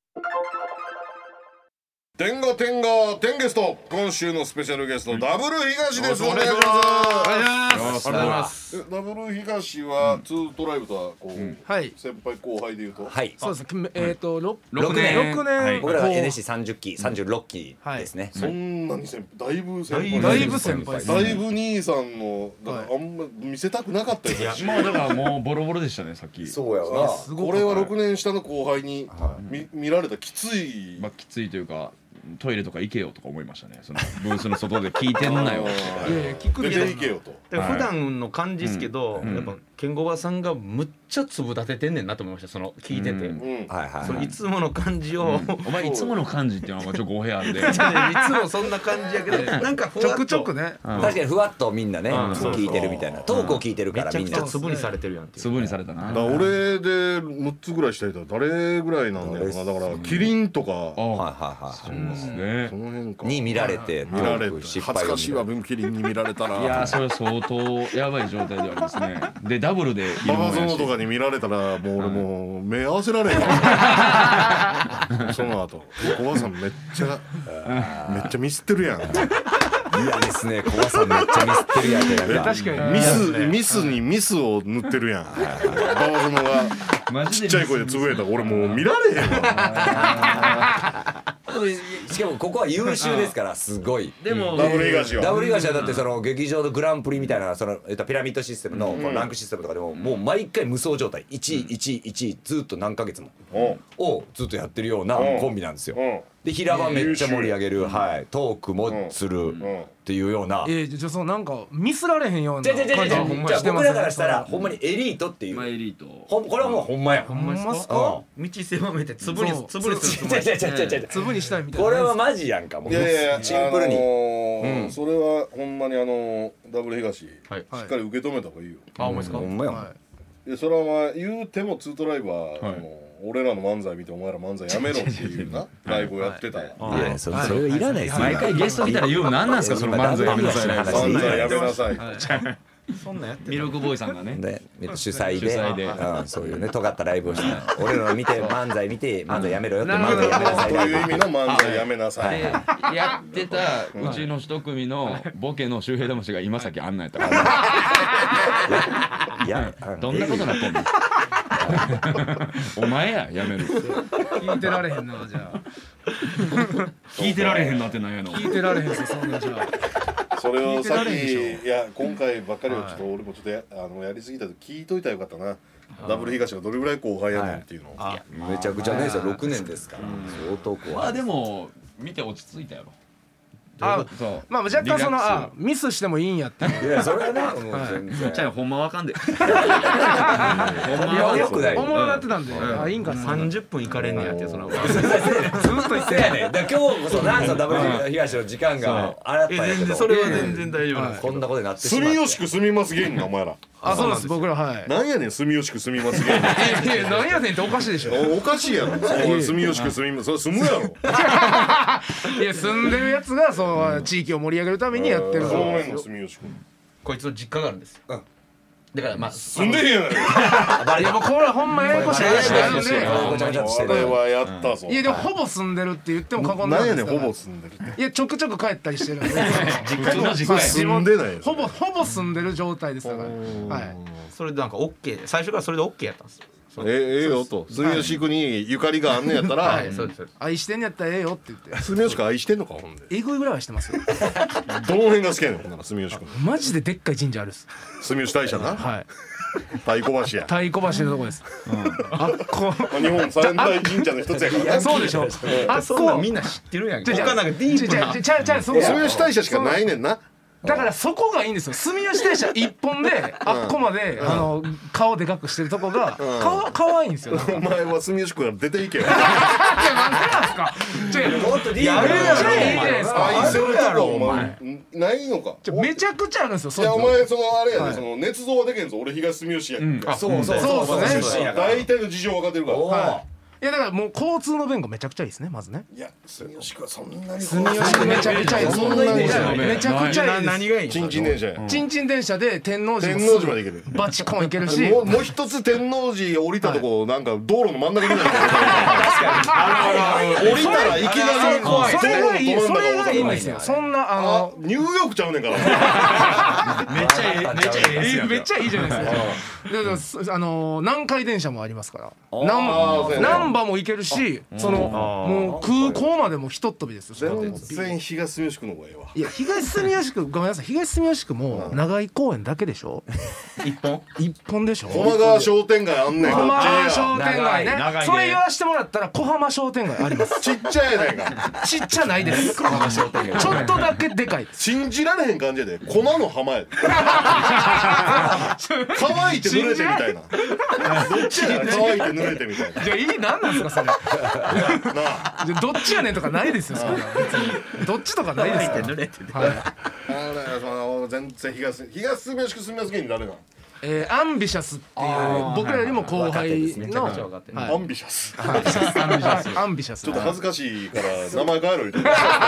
天ガ天ガ天ゲスト今週のスペシャルゲストダブル東です。お願いします。 ありがとうございます。 えダブル東はツートライブとはこうはい先輩後輩でいうとはいそうですえっとろろくねんろくねん僕らが エヌエスシーさんじゅっきさんじゅうろっきですねそんなに先輩だいぶ先輩だいぶ先輩だいぶ兄さんのだからあんま見せたくなかったよまあだからもうボロボロでしたねさっき。 そうやなこれはろくねん下の後輩に見見られたきついまあきついというかトイレとか行けよとか思いましたね。そのブースの外で聞いてんなよ。 いやいや聞く出けどていけよと。 だから普段の感じですけど、やっぱケンゴバさんがむっちゃ粒立ててんねんなと思いました。その聞いてて、 うんはいはいそのいつもの感じを、 お前いつもの感じっていうのがちょっと語弊あるんで。 いつもそんな感じやけど、なんかふちょわっとくちょくね確かにふわっとみんなねん聞いてるみたいなトークを聞いてるめちゃくちゃからみんな粒にされてるやんっていう。 粒にされたな。 だから俺でむっつぐらいしたいと誰ぐらいなんだよな。だからキリンとかあはいはいはいそうですねそ。の辺かに見られて見られてトーク失恥ずかしいわ分キリンに見られたらいやーそれ相当やばい状態ではありますね。でダブルでいるバもんやしカゾノとかに見られたらもう俺もう目合わせられへんわその後小川さんめっちゃめっちゃミスってるやん嫌ですね小川さんめっちゃミスってるやんってなんか確かにミスミスにミスを塗ってるやんバカゾノがマジでちっちゃい声でつぶやいたら俺もう見られへんわしかもここは優秀ですからすごいでもダブル東はダブル東はだってその劇場のグランプリみたいなそのえっとピラミッドシステムのこのランクシステムとかでももう毎回無双状態いちいいちいいちいずっと何ヶ月もをずっとやってるようなコンビなんですよ。で平場めっちゃ盛り上げるはいトークもするっていうような。 えじゃあそのなんかミスられへんようなじゃじゃじゃじゃ感じほんまじゃしてますね僕らからしたらほんまにエリートっていうまあエリート。 ほんこれはもうほんまやほんまっすかうん道狭めて粒にそう粒にするつもり。 じゃじゃじゃじゃじゃじゃ粒にしたいみたいなこれはマジやんかもういやいやいやシンプルにあのーそれはほんまにあのーダブル東しはい。 っかり受け止めた方がいいよ。 あ、お前ですかほ。んまやはいでそれはまあ言うてもツートライブはあの俺らの漫才見てお前ら漫才やめろっていうなライブをやってたやん。 いやそれそれいらないですよ毎回ゲスト来たら言うの何なんですかその漫才やめなさいね。 漫才やめなさい。 そんなんやってミルクボーイさんがね。 で主催で主催でうんそういうね尖ったライブをして俺らの見て漫才見て漫才やめろよって漫才やめなさいという意味の漫才やめなさい。 でやってたうちの一組のボケの周平魂が今さっきあんなんやったからいやどんなことなってんのお前ややめる聞いてられへんなじゃあ聞いてられへんなってなんやの聞いてられへんすそんなじゃあそれをさっき聞いてられへんでしいや今回ばっかりはちょっと俺もちょっとやあのやりすぎたと聞いといたらよかったな。ダブル東がどれぐらい後輩やねんっていうのを。 めちゃくちゃねろくねんですから相当怖いまあでも見て落ち着いたやろ。 あそうまあ若干そのあミスしてもいいんやっていういやそれはねもう全然ちゃうほんまわかんで。ほんいやよくない思わなってたんであいいんかな三十分いかれんねやってその。 ずっと言ってせやねんだから今日こそなそのダブル東の時間があらったんやけどえ全然それは全然大丈夫なんですけど。 こんなことになってしまって住吉区住みます芸人がお前ら。 あそうなんです僕らはいなんやねん住吉区住みます芸人。 いやいや何やねんっておかしいでしょおかしいやろ。そう住吉区住みますそれ住むやろ。 いや住んでるやつがそう地域を盛り上げるためにやってるそのんですよ辺の住吉区。 こいつの実家があるんですよ。だからまあ住んでへんやないいやもうこれほんまややこしい話なんでごちゃごちゃっとしてる俺はやったぞ。 いやでもほぼ住んでるって言っても過言ではなんやねんほないですからぼ住んでるって。 いやちょくちょく帰ったりしてるんでうちの実家住んでないよ。 ほぼほぼ住んでる状態ですだからはいそれでなんかオッケーで最初からそれでオッケーやったんですよ。 えええよと住吉区にゆかりがあんねやったらはいそうですそうです。 愛してんやったらええよって言って住吉区愛してんのかほんで。 えぐいぐらいはしてますよどの辺が好きやねんほんなら住吉区。 マジででっかい神社あるっす住吉大社な。 はい太鼓橋や。 太鼓橋のとこですあっこまあ日本三大神社の一つやからな。 そうでしょあっそんなんこみんな知ってるやん。 じゃじゃ他なんかディープな。 じゃじゃじゃじゃそこ住吉大社しかないねんな。 だからそこがいいんですよ。住吉電車一本であっこまであの顔でかくしてるとこがかかわいいんですよ。 お前は住吉区から出ていけよ。 いやなんでなんですか。ちょもっとリーやるグやろいいじゃないですか。 愛せるとこおお前ないのか。 ちょめちゃくちゃあるんですよ。 いそうやお前そのあれやはいでその捏造はでけんぞ。俺東住吉やんか。 そうそうそうそうですね出身やから大体の事情分かってるから。 おーいやだからもう交通の便がめちゃくちゃいいですねまずね。 いや住吉区はそんなに住吉区めちゃくちゃいい。 そんなにいいじゃんめちゃくちゃいいです。 何がいいんちんちん電車や。 ちんちん電車で天王寺天王寺まで行ける。 バチコン行けるし。 もうもう一つ天王寺降りたとこなんか道路の真ん中にいる。降りたらいきなりそれがいい、 道路のそれ真ん中がいいんですよ。そんなああのニューヨークちゃうねんから。 めっちゃええめっちゃええやつやんめっちゃいいじゃないですか。でですあの南海電車もありますから。 ーなんそうやね難波も行けるし、そのもう空港までもひとっ飛びですよ。 全然東住吉区の方がええわ。 いや東住吉区ごめんなさい東住吉区も長井公園だけでしょ。 一本一本でしょ。 駒川商店街あんねん。 小浜こっちや商店街ね長い。 それ言わしてもらったら小浜商店街あります。 ちっちゃいやないか。 ちっちゃないです。ちょっとだけでかいです。 信じられへん感じやで粉の浜やで。乾いて濡れてみたいな。どっちやねん乾いて濡れてみたいな。 じゃあいいなんなんですかそれ。 なあ。 じゃあどっちやねんとかないですよそんな別に。どっちとかないですから。 濡れててはい。 あれその全然東東住吉区住みやす芸人誰なの？ えーアンビシャスっていう僕らよりも後輩の分かってるはいアンビシャス。 アンビシャス。 ちょっと恥ずかしいから名前変えろ言って。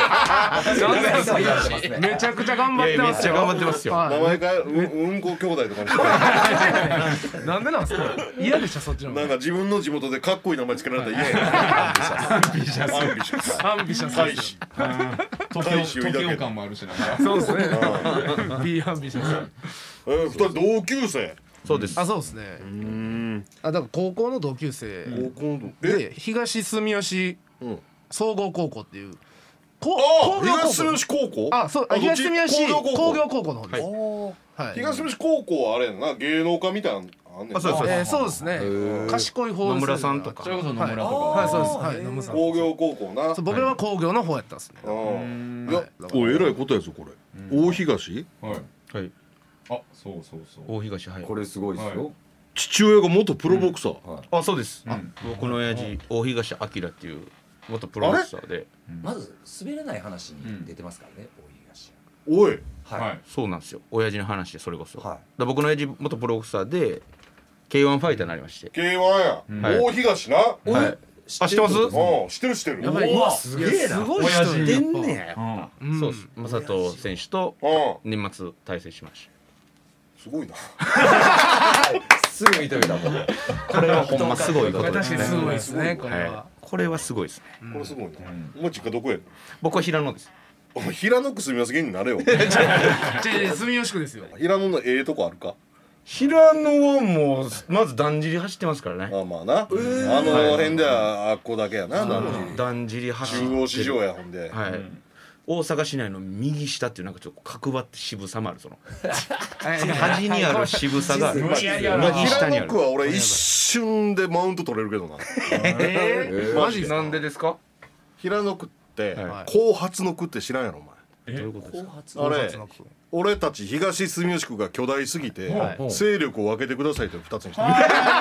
めちゃくちゃ頑張ってますよ。 いやめっちゃ頑張ってますよはい名前変えうんうんこ兄弟とかにしてなんでなんですか。嫌でしたそっちの方が。 なんか自分の地元でかっこいい名前つけられたら嫌や。アンビシャス。アンビシャス。 アンビシャス大ですよ。 使。大使東京感もあるしなんかそうですね。ビーアンビシャス。 えー、二人同級生。 そうですあそうですね。あだから高校の同級生高校のえで東住吉うん。 総合高校っていう。こあ工業高校東住吉高校。 あそうあどっち東住吉工業高校工業高校の方です。 あーはい。 東住吉高校はあれやんな芸能科みたいなのあんねんな。 あそうですそうですえーそうですね。賢い方野村さんとかそれこそ野村とかはいそうですはい野村さん。 工業高校な。 そう僕らは工業の方やったんですね。 うん。いやはい、 おえらいことやぞこれ。大東？ はいはいあそうそうそう大東はいこれすごいですよ。 父親が元プロボクサー。 あそうです僕の親父大東明っていう元プロボクサーでまず滑れない話に出てますからね大東。 おい。 ははいいそうなんですよ親父の話でそれこそ、 はいだから僕の親父元プロボクサーで ケーワン ファイターになりましてケーワン や。 はい大東な。 はいあ知ってますうん知ってる知ってる。 やばい。 うわすげえな。 すごい人親父やっぱ出んねややっぱ、 うんそうです正人選手とうん。 年末対戦しましすごいな。 すぐ認めたもん。 たこれはほんますごいことですね確かにすごいですねこれはいは。 これはすごいですねこれすごいな。お前実家どこやねん。 僕は平野ですお前平野区住みやす芸人になれよ。 じゃあ住吉区ですよ。 平野のええとこあるか。 平野はもうまずだんじり走ってますからねまあまあな。あの辺ではあっこだけやな。だんじりだんじり走って中央市場やほんで。 はい、大阪市内の右下っていうなんかちょっと角張って渋さもあるその端にある渋さが無理やりある右下にある平野区は俺一瞬でマウント取れるけどな。 えーマジですか。 なんでですか平野区ってはい後発の区って知らんやろお前。 どういうことですかあれ俺たち東住吉区が巨大すぎて勢力を分けてくださいとふたつにしてる。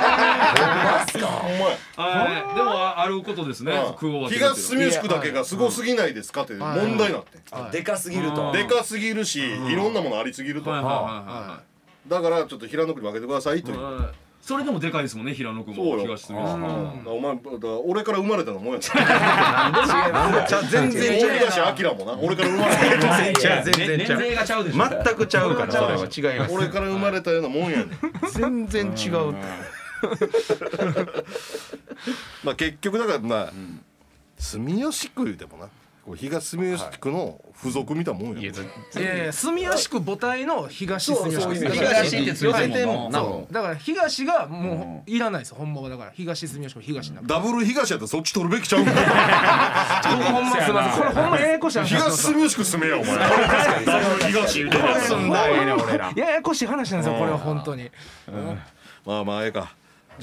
はいでもあることですね区を分けるっていうのは東住吉区だけがすごすぎないですかって問題になってでかすぎると。 でかすぎるしいろんなものありすぎるとはいはいだはからちょっと平野区に分けてくださいという。 いはいはいそれでもでかいですもんね平野区もそうよ東住吉区もお前だから俺から生まれたのもんやじゃあ全然大東明もな俺から生まれたの全然全然ちゃう年齢がちゃうでしょ全くちゃうからそれは違います俺から生まれたようなもんやねん。 全然違うってまあ結局だからまあ住吉区でもなこう東住吉区の付属みたいなもんや。 いやいや住吉区母体の東住吉区です。 東ってついてるもんなそうだから東がもういらないですよほんまはだから東住吉区東になる。 ダブル東やったらそっち取るべきちゃうんか。 ほんますいませんこれほんまややこしい話東住吉区住めやお前。東言うてるやつすんだええね俺らややこしい話なんですよこれは本当に。 まあまあええか。じゃあ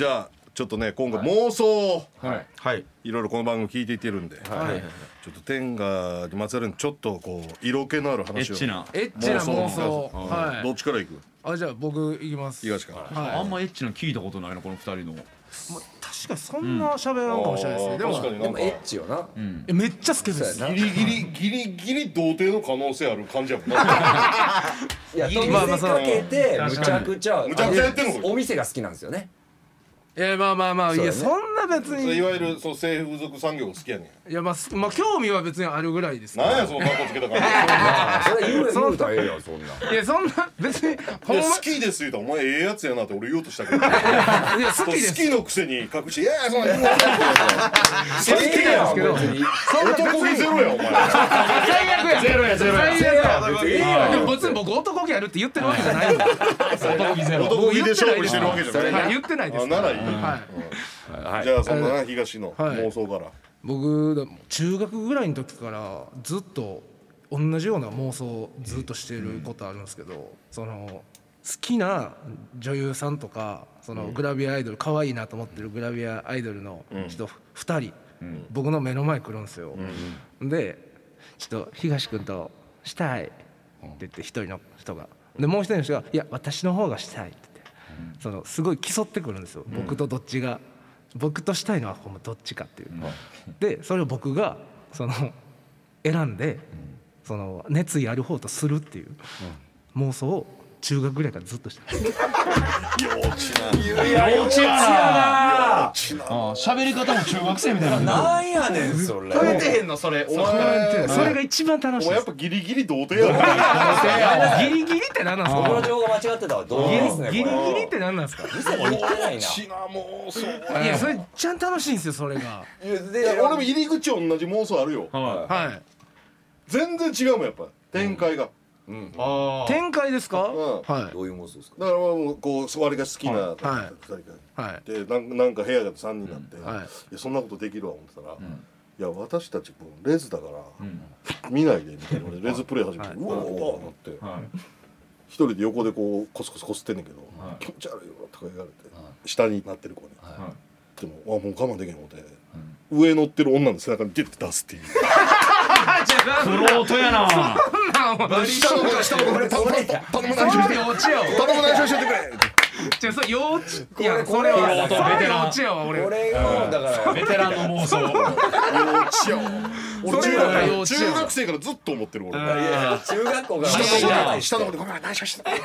ちょっとね今後妄想をはいはいいろいろこの番組聞いていってるんで、 はいちょっと天下にまつわるちょっとこう色気のあるエ話をッチなエッチな妄想はどっいちからいく？ あじゃあ僕いきます東からはいあんまエッチな聞いたことないなこの二人のま確かにそんな喋らんかもしれないですねでも確かになんかでもエッチよなえめっちゃ好きですそうやなギリギリギリギリ童貞の可能性ある感じやもんな。 いやと見せまあまあそうかけてむちゃくちゃむちゃくちゃやってんのお店が好きなんですよねえまあまあまあいそうだねやそんな別にいわゆるそう性風俗産業好きやねん。 いやまあすまあ興味は別にあるぐらいですけどなんやその格好つけた感じ。 あそれ言う言うたらええやんそんないやそんな別にほんまいや好きですよ。お前ええやつやなって俺言おうとしたけど。 いや好好きですきのくせに隠していやいやそんな好きなんですけど別にそんな別男気にゼロやお前。 最悪やゼロやゼロや最悪や別にええやんでも別に僕男気あるって言ってるわけじゃないんで男気ゼロ男気で勝負してるわけじゃない。 はい言ってないですあならいい。 はいじゃあそんなな東のはい妄想から。 僕だ中学ぐらいの時からずっと同じような妄想をずっとしてることあるんですけど、その好きな女優さんとかそのグラビアアイドル可愛いなと思ってるグラビアアイドルの人ふたり、僕の目の前来るんですよ、でちょっと東君としたいって言って一人の人がでもう一人の人がいや私の方がしたいって言って、そのすごい競ってくるんですよ、僕とどっちが僕としたいのはほんまどっちかっていう、でそれを僕がその選んで、その熱意ある方とするっていう妄想を中学ぐらいからずっとしてます幼稚な。 幼稚やな幼稚な。 あ喋り方も中学生みたいななんやねんそれ食べてへんのそれお前それが一番楽しいですお前やっぱギリギリ童貞やな。 ギリギリって何なんですか僕の情報が間違ってたわどうですねギリギこれリって何なんですか店も行ってないな幼稚な妄想。 いやそれちゃん楽しいんですよそれがいや俺も入り口同じ妄想あるよ。 はい全然違うもんやっぱ展開が。 あ展開ですかうんはいどういう妄想ですかだからもうこう座りが好きなはいふたりはいでなんなんか部屋だとさんにんになって、 はいいやそんなことできるわ思ってたら、いや私たちもうレズだから、見ないでみたいな俺レズプレイ始めて、 はいうわうわうわなって、一人で横でこうコスコスこすってんねんけど、気持ち悪いよとか言われて、下になってる子に、でもあもう我慢できへん思って、上乗ってる女の背中にギュッて出すっていうクロートやな下の子下の子頼む頼む頼むそれ幼稚やわ頼む内緒しててくれじゃそれ幼稚いやこれそれはこれそれ幼稚やわ俺これがだからベテランの妄想幼稚やわ俺中それは幼学稚やわ中学生からずっと思ってる俺いや中学校が下知らないの子で下の子でごめん内緒してくれ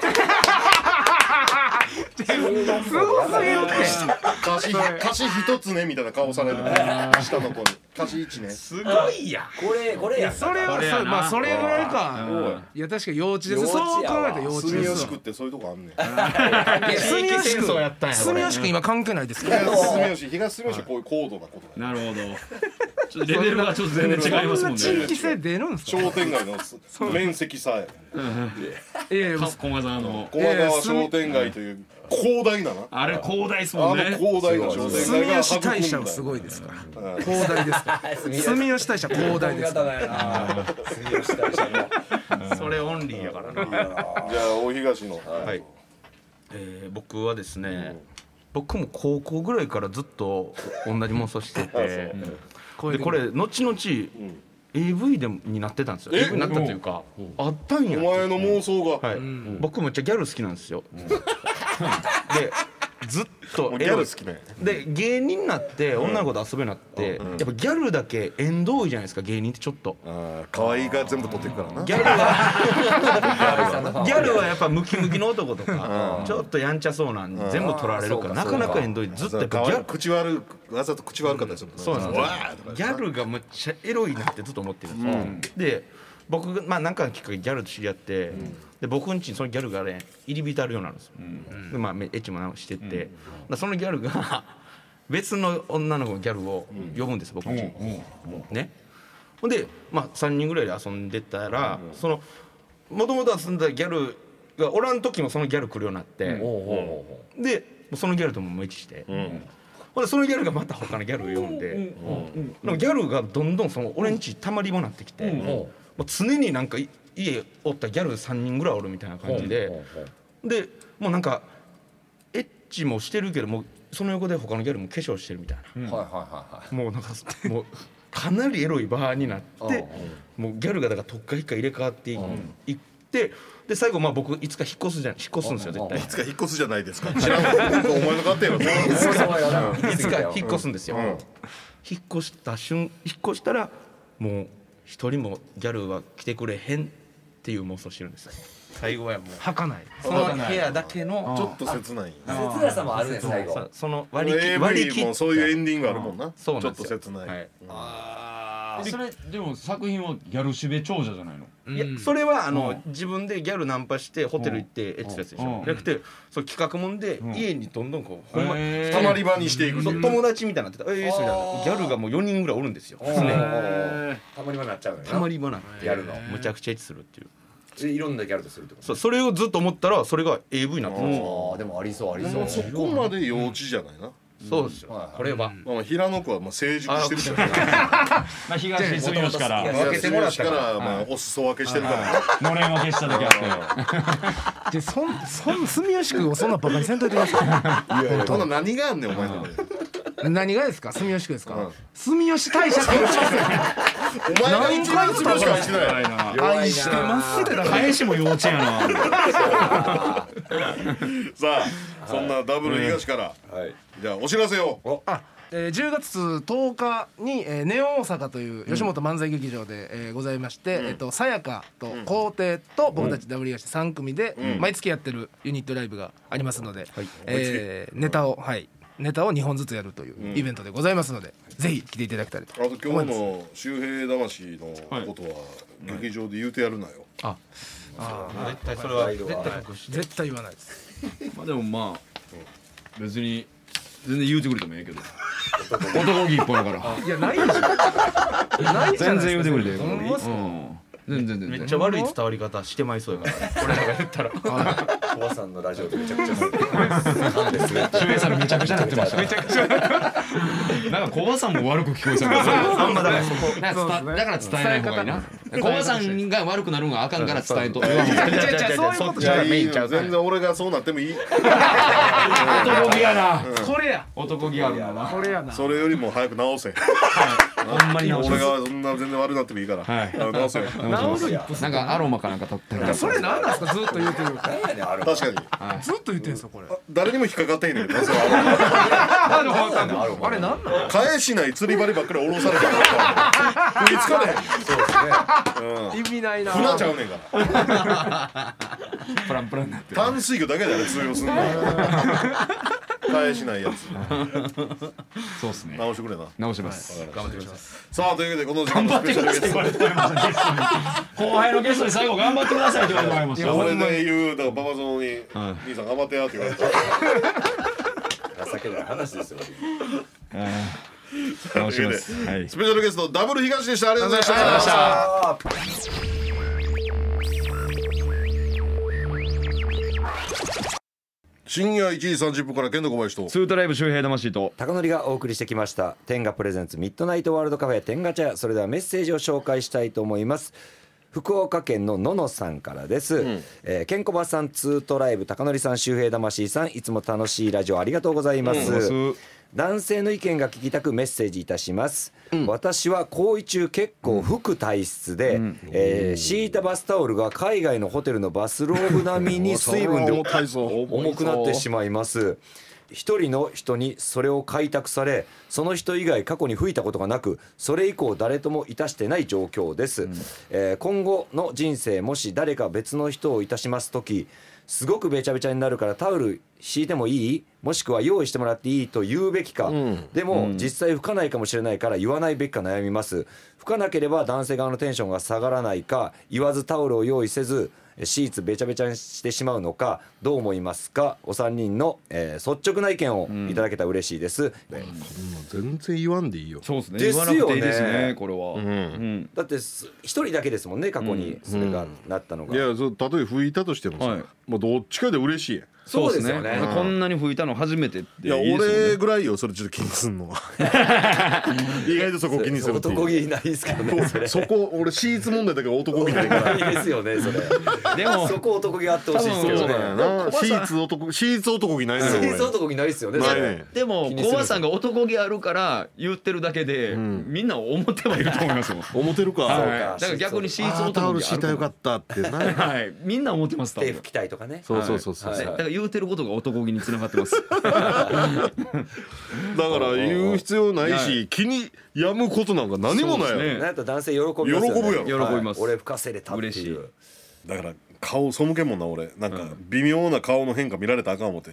すごすぎるって歌詞歌詞一つねみたいな顔される下の子に歌詞一ねすごいやこれこれやそれはこれやなそうまあそれぐらいかいや確かに幼稚です幼そう考稚やわえたら幼稚住ですわ吉区ってそういうとこあんねん住吉戦争やったんやこれ住吉区今関係ないですけど住吉東住吉はこういう高度なことだなるほどちょっとレベルがちょっと全然違いますもんねそんな地域性出るんですか商店街の面積さえいやいやか駒沢の駒川商店街という広大ななあれ広大っすあのもんね広大な商店住街が吉大社育んだはすごいですからうん広大ですから住吉大社広大ですからだよな住吉大社のそれオンリーやからなじゃあ大東のはいえー僕はですね僕も高校ぐらいからずっと同じ妄想しててでこれ後々 エーブイ でもになってたんですよえエーブイ になったというかあったんやってお前の妄想がはい僕めっちゃギャル好きなんですよでずっとギャル好きなんやねで芸人になって女の子と遊ぶようになってやっぱギャルだけ縁遠いじゃないですか芸人ってちょっとあー可愛いが全部取っていくからなギャルはギャルはやっぱムキムキの男とかちょっとやんちゃそうなん全部取られるからなかなか縁遠いずっとやっぱギャル口悪いわざと口悪かったりするもんねそうなんですよわーとかギャルがむっちゃエロいなってずっと思ってるんですよ、で僕がまあ何かのきっかけでギャルと知り合って、で僕んちにそのギャルがね入り浸るようになるんですよ、でまあエッチもなんかしてって、だからそのギャルが別の女の子のギャルを呼ぶんです僕んちに、ねほんでまあさんにんぐらいで遊んでたら、そのもともと遊んだギャルがおらん時もそのギャル来るようになって、でそのギャルとももうエッチして、ほんでそのギャルがまた他のギャルを呼んで、でもギャルがどんどんその俺んちたまりもなってきて、もう常になんかい家おったギャルさんにんぐらいおるみたいな感じで、でもうなんかエッチもしてるけどもうその横で他のギャルも化粧してるみたいな、 はいはいはいはいもうなんかもうかなりエロいバーになってもうギャルがだから特化引っか入れ替わっていいってで最後まあ僕いつか引っ越すじゃん引っ越すんですよ絶対いつか引っ越すじゃないですか知らんお前の勝手やろいつか引っ越すんですよ、うん、引っ越した瞬引っ越したらもう一人もギャルは来てくれへんっていう妄想してるんですよ最後はもうはかないその部屋だけのちょっと切ない切なさもあるね最後その割り切割り切もそういうエンディングあるもんなそうちょっと切ない、 はい、 あそれでも作品はギャルしべ長者じゃないの？ いやそれはあの自分でギャルナンパしてホテル行ってエッチしたやつでしょじゃなくてその企画もんで家にどんどんこうほんまたまり場にしていくそう友達みたいになってたええー、みたいなギャルがもうよにんぐらいおるんですよ常にたまり場になっちゃうのよたまり場なってやるのむちゃくちゃエッチするっていういろんなギャルとするってことそうそれをずっと思ったらそれが エーブイ になってるんですよああでもありそうありそうそこまで幼稚じゃないなそうですよこれはまあ平野区はまあ成熟してるじゃないまあ東住吉から分けてもらったからからまあお裾分けしてるからのれん分けしただけあってでそんそん住吉区をそんなバカにせんといてくださいいやいやそんな何があんねんお前のとこに何がですか住吉区ですか、 うん住吉大社って言いますよねお前が一番住吉愛してない愛してますってだから返しも幼稚やなさあそんなダブル東からじゃあお知らせをあえー、じゅうがつとおかに、えー、ネオン大阪という吉本漫才劇場で、えー、ございまして、うんえー、とさやかと皇帝と僕たちダブル東さん組で、うん、毎月やってるユニットライブがありますので、はいえー、ネタをはいネタをにほんずつやるというイベントでございますので、うん、ぜひ来ていただきたいと思います。 あと今日の周平魂のことは劇場で言うてやるなよ、 はい、ああ絶対それは絶対隠して絶対言わないですまあでもまあ別に全然言うてくれてもええけど男気一本だからいやないでしょないじゃないですか全然言うてくれてええほんまっすか、 うん全然全然めっちゃ悪い伝わり方してまいそうやから俺らが言ったらおばさんのラジオでめちゃくちゃするなんです周平さんめちゃくちゃなってましためちゃくちゃなんか小葉さんも悪く聞こえてたからあんまだからそこだから伝えない方がいいな小葉さんが悪くなるのがあかんから伝えと言わんほうがいい違う違うそういうことじゃあいいよ全然俺がそうなってもいい男気やなこれや男気あるなこれやなそれよりも早く直せほんまに直し俺がそんな全然悪くなってもいいからはい直せ治る一歩なんかアロマかなんか取ったりそれ何なんですかずっと言うてる確かにずっと言ってんすよこれ誰にも引っかかってへんねんけどそれはあれ何なん返しない釣り針ばっかり下ろされたら食いつかれへんそうですね意味ないな船ちゃうねんからプランプランになってる淡水魚だけであれ通用すんの返しないやつそうっすね直してくれな直します頑張ってくださいさあというわけでこの時間のスペシャルゲスト後輩のゲストに最後頑張ってくださいって言われてもらいました俺で言うだから馬場園に兄さん頑張ってやって言われた情けない話ですよ直しますはいスペシャルゲストダブル東でしたありがとうございました深夜いちじさんじゅっぷんからケンド小林とツートライブ周平魂と高典がお送りしてきました天下プレゼンツミッドナイトワールドカフェ天下茶屋それではメッセージを紹介したいと思います。福岡県のののさんからです、うんえー、ケンコバさんツートライブ高典さん周平魂さんいつも楽しいラジオありがとうございます、うん男性の意見が聞きたくメッセージいたします、うん、私は行為中結構服体質で、うんえー、敷いたバスタオルが海外のホテルのバスローブ並みに水分で重くなってしまいます。一人の人にそれを開拓されその人以外過去に吹いたことがなくそれ以降誰ともいたしてない状況です、うんえー、今後の人生もし誰か別の人をいたしますときすごくべちゃべちゃになるからタオル敷いてもいいもしくは用意してもらっていいと言うべきか、うん、でも、うん、実際吹かないかもしれないから言わないべきか悩みます。吹かなければ男性側のテンションが下がらないか言わずタオルを用意せずシーツべちゃべちゃにしてしまうのかどう思いますか。お三人の、えー、率直な意見をいただけたら嬉しいです、うんうん、全然言わんでいいよ。 そうですねですよね言わなくていいですねこれは、うんうん、 だって一人だけですもんね過去にそれがなったのが、 いやそたとえ吹いたとしてもさ、はい、 もうどっちかで嬉しいやん。 そうですよね。 こんなに吹いたの初めてっていやいいですよね俺ぐらいよそれちょっと気にすんのは意外とそこ気にするっていう男気ないですけどねそれ。 そこ俺シーツ問題だけど男気ないからいいですよねそれ。 でもそこ男気あってほしいですけどね。 そうだよなシーツ男シーツ男気ないのよシ俺ーツ男気ないですよねそれ。 ないねでも気にするコバさんが男気あるから言ってるだけで、みんな思ってはいると思いますよ思ってるか、 はいかだから逆にシーツあータオル男気ある敷いたらよかったってなはいみんな思ってます多分手拭きたいとかね。 そうそうそうそう、 はいだから言うてることが男気につながってますだから言う必要ないし気にやむことなんか何もないよ、 そうですねなんやったら男性喜びますよね。 喜ぶやろ喜びますはい俺吹かせれたって嬉しいいう。 だから顔背けんもんな俺なんか微妙な顔の変化見られたらあかん思って、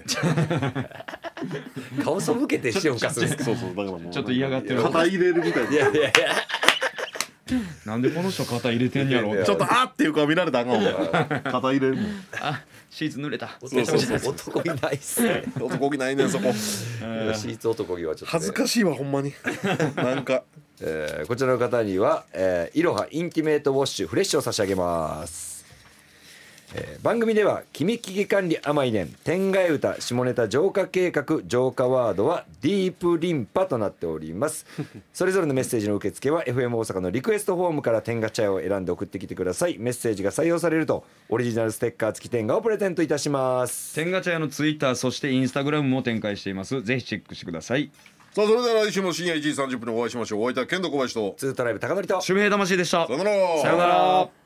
顔背けて塩吹かすんですか。 そうそうだからもうちょっと嫌がってる肩入れるみたいないやいやいや。 なんでこの人肩入れてんやろいやいやちょっとあーっていう顔見られたらあかん思って肩入れるもんあシーツ濡れたそうそうそう男気ないっすね。 男気ないねんそこシーツ男気はちょっとね。 恥ずかしいわほんまになんかえーこちらの方には、えー、イロハインティメートウォッシュフレッシュを差し上げます、えー番組では君危機管理甘いねん天外歌下ネタ浄化計画浄化ワードはディープリンパとなっておりますそれぞれのメッセージの受付は エフエム 大阪のリクエストフォームから天下茶屋を選んで送ってきてください。メッセージが採用されるとオリジナルステッカー付き天下をプレゼントいたします。 天ガチャ屋のツイッターそしてインスタグラムも展開しています。ぜひチェックしてください。 さあそれでは来週も深夜いちじさんじゅっぷんにお会いしましょう。お相手はケンド小林とツートライブ高典と守備兵魂でした。 さよならさよなら。